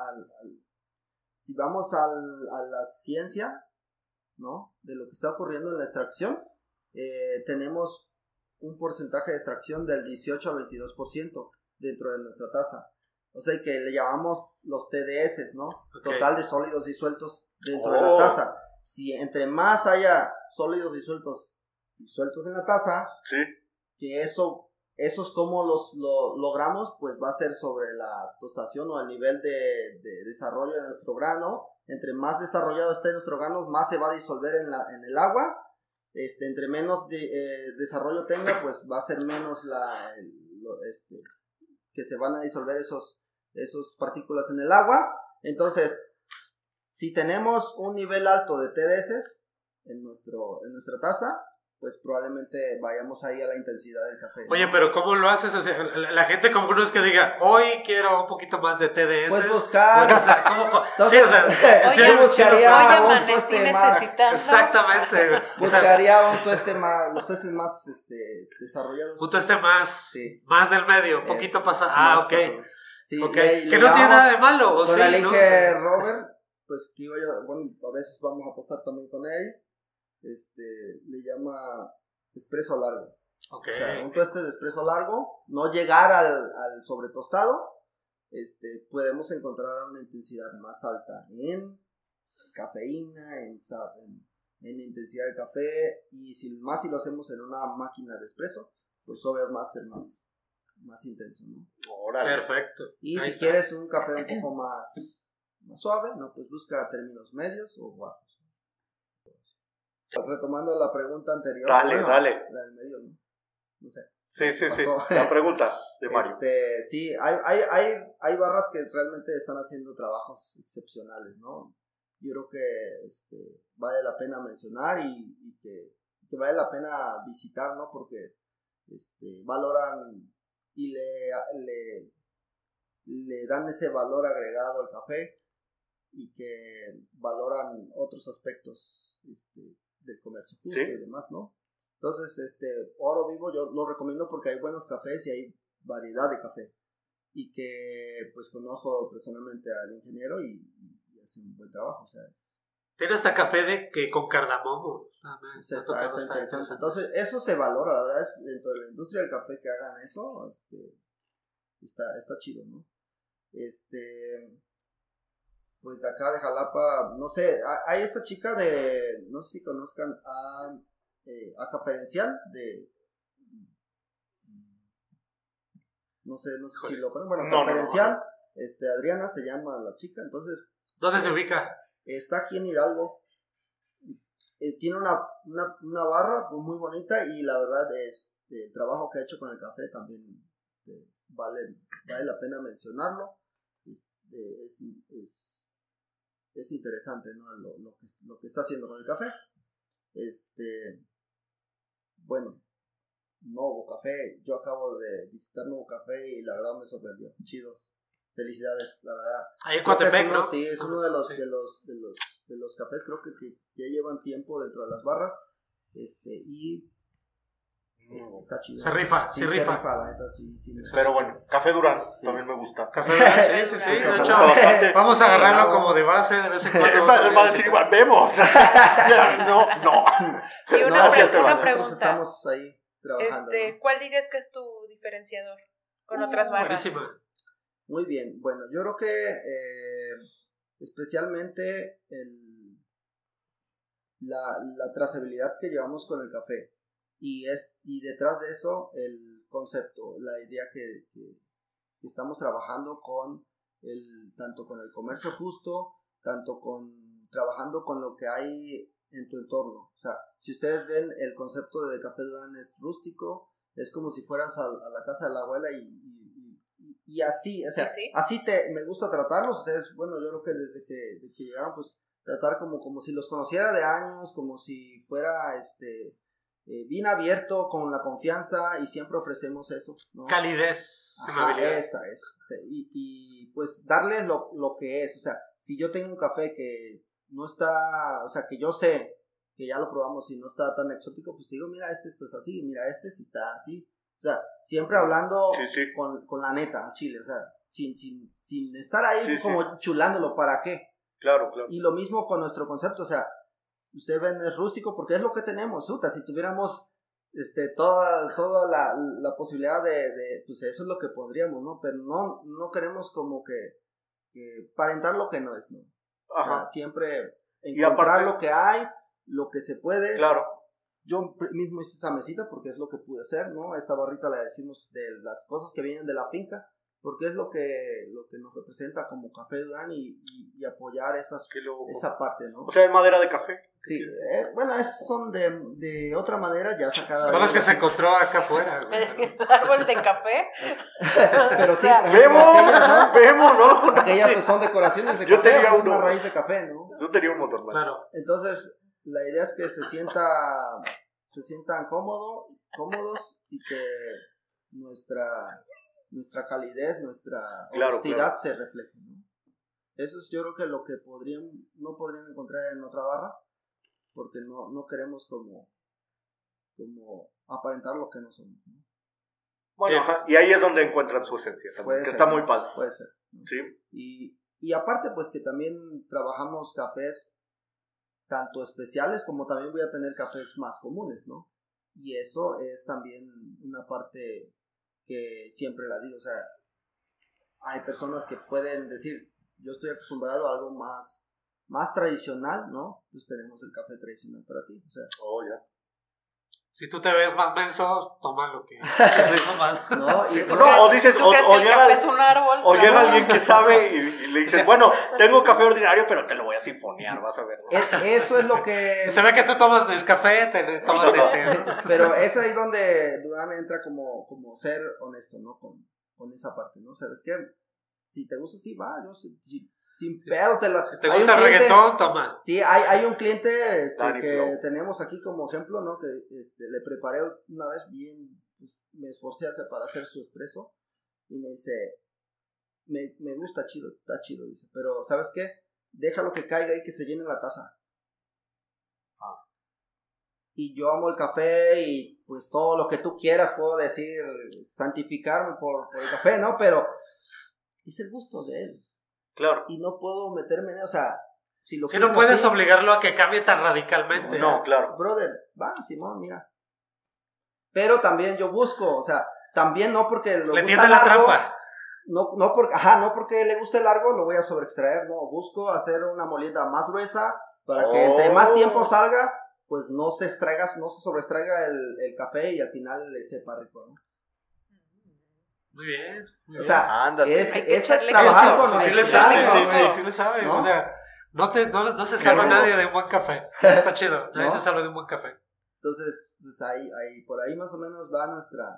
la ciencia, ¿no? De lo que está ocurriendo en la extracción, tenemos un porcentaje de extracción del 18 al 22% dentro de nuestra taza. O sea, que le llamamos los TDS, ¿no? Okay. Total de sólidos disueltos dentro de la taza. Si entre más haya sólidos disueltos en la taza, Sí. que esos como lo logramos, pues va a ser sobre la tostación o el nivel de desarrollo de nuestro grano. Entre más desarrollado esté nuestro grano, más se va a disolver en el agua. Entre menos desarrollo tenga, pues va a ser menos que se van a disolver esos partículas en el agua. Entonces, si tenemos un nivel alto de TDS en nuestra taza, pues probablemente vayamos ahí a la intensidad del café, ¿no? Oye, pero ¿cómo lo haces? O sea, la gente como que no es que diga, hoy quiero un poquito más de TDS. Pues buscar. O sea, ¿cómo? Entonces, Sí, o sea, sí, yo buscaría un amanecí tueste más. necesitando. Exactamente. O sea, Buscaría un tueste más, los tuestes más desarrollados. un tueste más, Sí. más del medio, un poquito pasado. Ah, ok. Sí, Okay. Que no tiene nada de malo, o con sí, la ¿no? Lige Robert, pues que iba yo, bueno, a veces vamos a apostar también con él. Le llama espresso largo. Ok. O sea, un tueste de espresso largo, no llegar al sobretostado, podemos encontrar una intensidad más alta en cafeína, en intensidad del café, y si lo hacemos en una máquina de espresso, pues obviamente va a ser más intenso, ¿no? Órale. Perfecto. Y Ahí si está. quieres un café un poco más suave, no, pues busca términos medios o bajos. Retomando la pregunta anterior. Dale. La del medio, ¿no? No sé. Sí. Pasó. La pregunta de Mario. Sí, hay barras que realmente están haciendo trabajos excepcionales, ¿no? Yo creo que vale la pena mencionar y que vale la pena visitar, ¿no? Porque valoran y le dan ese valor agregado al café y que valoran otros aspectos del comercio justo y demás, ¿no? Entonces, Oro Vivo yo lo recomiendo porque hay buenos cafés y hay variedad de café. Y que, pues, conozco personalmente al ingeniero y hace un buen trabajo, o sea, Tiene hasta café con cardamomo. está interesante. Entonces, eso se valora, la verdad, es dentro de la industria del café que hagan eso, está chido, ¿no? Pues de acá de Jalapa, no sé, hay esta chica no sé si conozcan a Caferencial no sé si lo conocen. Bueno, Caferencial, Adriana se llama la chica, entonces. ¿Dónde se ubica? Está aquí en Hidalgo. Tiene una barra muy bonita y la verdad el trabajo que ha hecho con el café también vale la pena mencionarlo. Es interesante, ¿no? Lo que está haciendo con el café. Bueno, Nuevo Café, yo acabo de visitar Nuevo Café y la verdad me sorprendió. Chidos, felicidades, la verdad. Ahí en Coatepec, ¿no? Sí, es uno de los cafés, creo que ya llevan tiempo dentro de las barras, y está chido. Se rifa, sí rifa, la neta, sí. Pero bueno, Café Durán también me gusta. Café Durán, sí. De hecho, vamos a agarrarlo como de base de vez en cuando. Va a decir igual, vemos. No. Y una Nosotros pregunta. estamos ahí trabajando. ¿No? ¿Cuál dirías que es tu diferenciador con otras barras? Buenísima. Muy bien, bueno, yo creo que especialmente la trazabilidad que llevamos con el café y detrás de eso el concepto, la idea que estamos trabajando tanto con el comercio justo, trabajando con lo que hay en tu entorno. O sea, si ustedes ven, el concepto de Café Durán es rústico, es como si fueras a la casa de la abuela y así, o sea, ¿Sí? así me gusta tratarlos. Ustedes, bueno, yo creo que desde que llegaron, pues tratar como si los conociera de años, como si fuera bien abierto, con la confianza, y siempre ofrecemos eso, ¿no? Calidez, amabilidad. Esa es. O sea, y pues darles lo que es. O sea, si yo tengo un café que no está, o sea, que yo sé que ya lo probamos y no está tan exótico, pues te digo, mira, esto es así, mira, sí está así. O sea, siempre hablando sí. Con la neta, Chile, o sea, sin estar ahí como sí. chulándolo, ¿para qué? Claro. Y lo mismo con nuestro concepto, o sea, usted ven es rústico porque es lo que tenemos, si tuviéramos toda la posibilidad de pues eso es lo que podríamos, ¿no? Pero no queremos como que aparentar lo que no es, ¿no? Ajá. O sea, siempre encontrar lo que hay, lo que se puede. Claro. Yo mismo hice esa mesita porque es lo que pude hacer, ¿no? Esta barrita la decimos de las cosas que vienen de la finca, porque es lo que nos representa como Café Durán y apoyar esa parte, ¿no? O sea, es madera de café. Sí, bueno, son de otra manera ya sacada. Son las que se encontró acá afuera. ¿Árbol de café? Pero sí, vemos, ¿no? Aquellas pues son decoraciones de café, es una raíz de café, ¿no? Yo tenía un motor, claro. Entonces, la idea es que se sientan cómodos y que nuestra calidez, nuestra honestidad se refleje, ¿no? Eso es, yo creo que lo que no podrían encontrar en otra barra, porque no queremos como aparentar lo que no somos, ¿no? Bueno, y ahí es donde encuentran su esencia también, que está muy padre. Puede ser, ¿no? Sí. Y aparte, pues que también trabajamos cafés tanto especiales como también voy a tener cafés más comunes, ¿no? Y eso es también una parte que siempre la digo, o sea, hay personas que pueden decir, yo estoy acostumbrado a algo más tradicional, ¿no? Pues tenemos el café tradicional para ti, o sea. Oh, ya. Si tú te ves más menso, toma lo que ritmo más. No, y No, o dices, ¿Tú crees que o el llega, café es un árbol? o llega Claro. alguien que sabe y le dice, bueno, tengo café ordinario, pero te lo voy a sinfonear, vas a ver. eso es lo que... Se ve que tú tomas Nescafé, tomas Pero es ahí donde Durán entra como ser honesto, ¿no? Con esa parte, ¿no? ¿Sabes qué? Si te gusta, sí, va, yo sin pedos te la... Si te gusta el reggaetón, toma. Sí, hay un cliente Danny que Flow. tenemos aquí como ejemplo, ¿no? Que le preparé una vez bien, pues, me esforcé para hacer su espresso y me dice, me gusta chido, está chido, dice, pero ¿sabes qué? Déjalo que caiga y que se llene la taza. Y yo amo el café y pues todo lo que tú quieras, puedo decir, santificarme por el café, ¿no? Pero es el gusto de él. Claro. Y no puedo meterme en él, o sea, si lo Si no quieren puedes así, obligarlo a que cambie tan radicalmente. No, claro. brother, va, Simón, mira. Pero también yo busco, o sea, también no porque Le tiende la trampa. no porque le guste largo lo voy a sobreextraer, no, busco hacer una molienda más gruesa para que entre más tiempo salga, pues no se sobreextraiga el café y al final le sepa rico, ¿no? Muy bien. Muy O bien. sea, Ándate. es Hay que echarle trabajar ganas. con sí le honestidad, sabe, ¿no? sí le sabe. ¿No? O sea, no se salva Claro. nadie de un buen café. Está chido. Nadie ¿No? se salva de un buen café. Entonces, pues ahí, por ahí más o menos va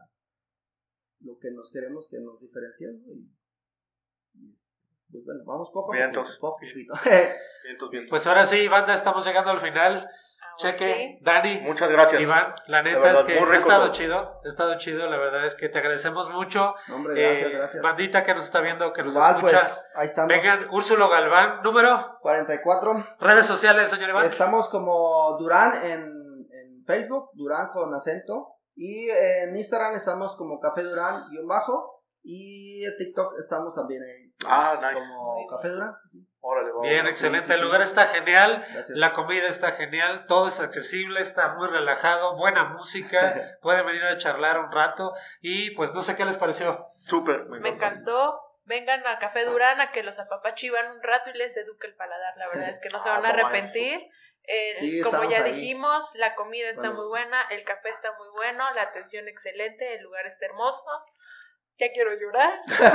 lo que nos queremos que nos diferencie, ¿no? Y, pues bueno, vamos poco a Vientos. poquito. Bien. Pues ahora sí, banda, estamos llegando al final. Ahora Cheque, sí. Dani, Muchas gracias. Iván, la neta verdad, es que muy rico ha estado todo. chido, la verdad es que te agradecemos mucho. No, hombre, gracias. Bandita que nos está viendo, que nos Igual, escucha. pues, ahí estamos. Vengan, Úrsulo Galván, número, 44. redes sociales, señor Iván. Estamos como Durán en Facebook, Durán con acento. Y en Instagram estamos como Café Durán _. Y en TikTok estamos también ahí. Nice. Como Café Durán. Sí. Órale, vamos. Bien, sí, excelente. sí, El sí. lugar está genial. Gracias. La comida está genial. Todo es accesible. Está muy relajado. Buena música. Pueden venir a charlar un rato. Y pues no sé qué les pareció. Súper. Me encantó. Vengan a Café Durán a que los apapachivan un rato y les eduque el paladar. La verdad es que no se van a toma arrepentir. Sí, Como ya estamos ahí. dijimos, la comida está Bueno, muy sí. buena, el café está muy bueno, la atención excelente, el lugar está hermoso. Ya quiero llorar.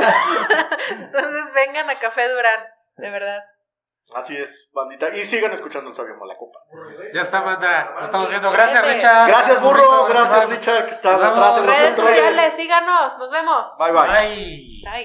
Entonces vengan a Café Durán, de verdad. Así es, bandita. Y sigan escuchando el Sabio Malacopa. Ya está, banda. Nos estamos viendo. Gracias, Richard. Gracias, burro. Burrito. Gracias, Iván. Richard, que está Nos detrás de vemos. los Redes controles. sociales, síganos, nos vemos. Bye, bye. Bye. Bye.